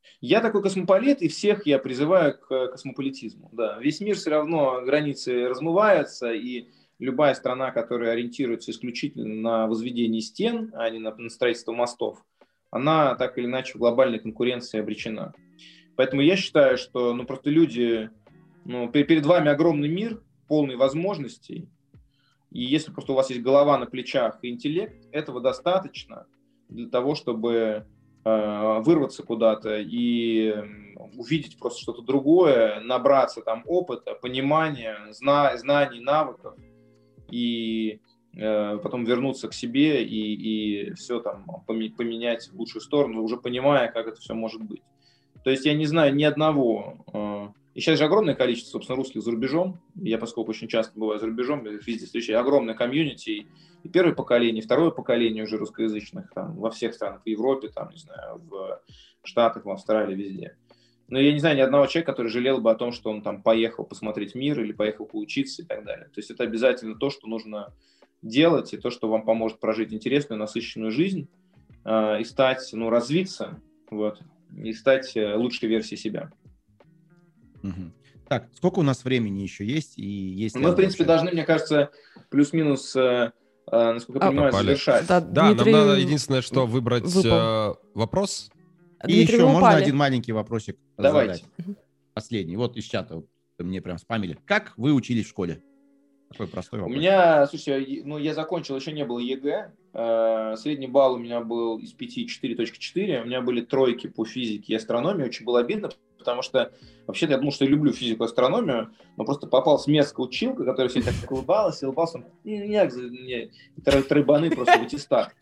Я такой космополит, и всех я призываю к космополитизму. Да. Весь мир все равно, границы размываются, и любая страна, которая ориентируется исключительно на возведение стен, а не на, на строительство мостов, она так или иначе в глобальной конкуренции обречена. Поэтому я считаю, что ну, просто люди, ну, перед вами огромный мир, полный возможностей, и если просто у вас есть голова на плечах и интеллект, этого достаточно для того, чтобы э, вырваться куда-то и увидеть просто что-то другое, набраться там опыта, понимания, зна- знаний, навыков, и э, потом вернуться к себе и, и все там поменять в лучшую сторону, уже понимая, как это все может быть. То есть я не знаю ни одного, э, и сейчас же огромное количество, собственно, русских за рубежом, я, поскольку очень часто бываю за рубежом, везде встречаю огромное комьюнити, и первое поколение, и второе поколение уже русскоязычных, там, во всех странах, в Европе, там, не знаю, в Штатах, в Австралии, везде. Но я не знаю ни одного человека, который жалел бы о том, что он там поехал посмотреть мир или поехал поучиться и так далее. То есть это обязательно то, что нужно делать, и то, что вам поможет прожить интересную, насыщенную жизнь, э, и стать, ну, развиться, вот, и стать лучшей версией себя. Угу. Так, сколько у нас времени еще есть? И есть Мы, в принципе, вообще должны, мне кажется, плюс-минус, э, э, насколько я а, понимаю, попали. завершать. Да, да, Дмитрий... нам надо единственное, что выбрать э, вопрос. И Дмитрий, еще можно упали. один маленький вопросик Давайте. задать? Последний. Вот из чата вот, мне прям спамили. Как вы учились в школе? Такой простой вопрос. У меня, слушайте, ну, я закончил, еще не было ЕГЭ. Э, средний балл у меня был из пяти четыре целых четыре. У меня были тройки по физике и астрономии. Очень было обидно, потому что вообще-то я думал, что я люблю физику и астрономию, но просто попалась мерзкая училка, которая все так улыбалась, и улыбался, и тройбаны просто в аттестат.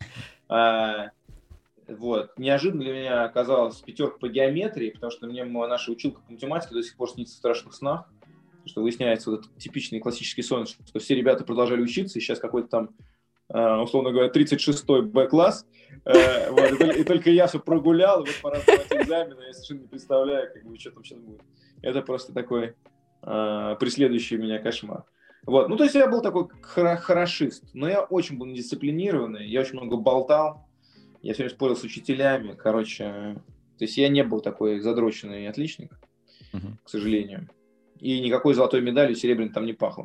Вот. Неожиданно для меня оказалась пятерка по геометрии, потому что мне наша училка по математике до сих пор снится в страшных снах, что выясняется вот этот типичный классический сон, что все ребята продолжали учиться, и сейчас какой-то там, условно говоря, тридцать шестой Б-класс, вот, и, и только я все прогулял, и вот пора сдавать экзамены, я совершенно не представляю, как бы, что там сейчас будет. Это просто такой э, преследующий меня кошмар. Вот. Ну, то есть я был такой хорошист, но я очень был недисциплинированный, я очень много болтал, я все время спорил с учителями, короче, то есть я не был такой задроченный отличник, uh-huh. к сожалению, и никакой золотой медалью серебряной там не пахло.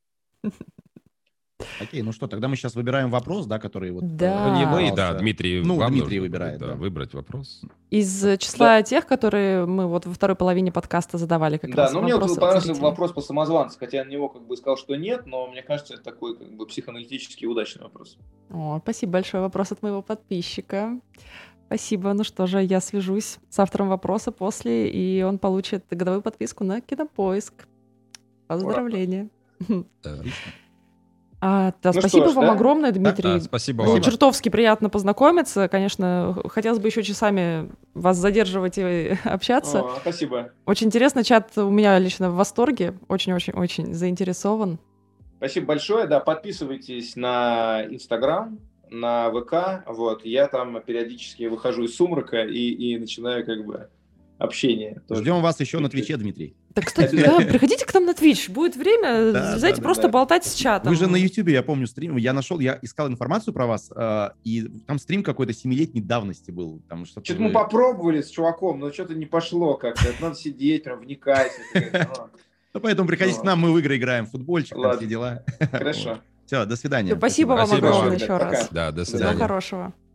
Окей, ну что, тогда мы сейчас выбираем вопрос, да, который вот... Да. Не мы, да, Дмитрий. Ну, вам Дмитрий нужно, выбирает, да, да. выбрать вопрос. Из числа да. тех, которые мы вот во второй половине подкаста задавали как да, раз. Да, ну мне вот понравился вопрос по самозванцу, хотя я на него как бы сказал, что нет, но мне кажется, это такой как бы психоаналитический удачный вопрос. О, спасибо большое, вопрос от моего подписчика. Спасибо. Ну что же, я свяжусь с автором вопроса после, и он получит годовую подписку на Кинопоиск. Поздравления. А, да, ну спасибо ж, вам да? огромное, Дмитрий. Да, спасибо вам. вам. Чертовски приятно познакомиться. Конечно, хотелось бы еще часами вас задерживать и общаться. О, спасибо. Очень интересно. Чат у меня лично в восторге. Очень-очень-очень заинтересован. Спасибо большое. Да, подписывайтесь на Инстаграм, на ВК. Вот. Я там периодически выхожу из сумрака и, и начинаю как бы общение. Ждем вас еще на Твиче, Дмитрий. Так, кстати, да, приходите к нам на Twitch. Будет время, да, знаете, да, просто да. болтать с чатом. Вы же на Ютубе, я помню, стрим. Я нашел, я искал информацию про вас, э, и там стрим какой-то семилетней давности был. Там что-то что-то вы... мы попробовали с чуваком, но что-то не пошло как-то. Надо сидеть, прям вникать. Ну, поэтому приходите к нам, мы в игры играем, в футбольчик, все дела. Хорошо. Все, до свидания. Спасибо вам огромное еще раз. Да, до свидания. Всего хорошего.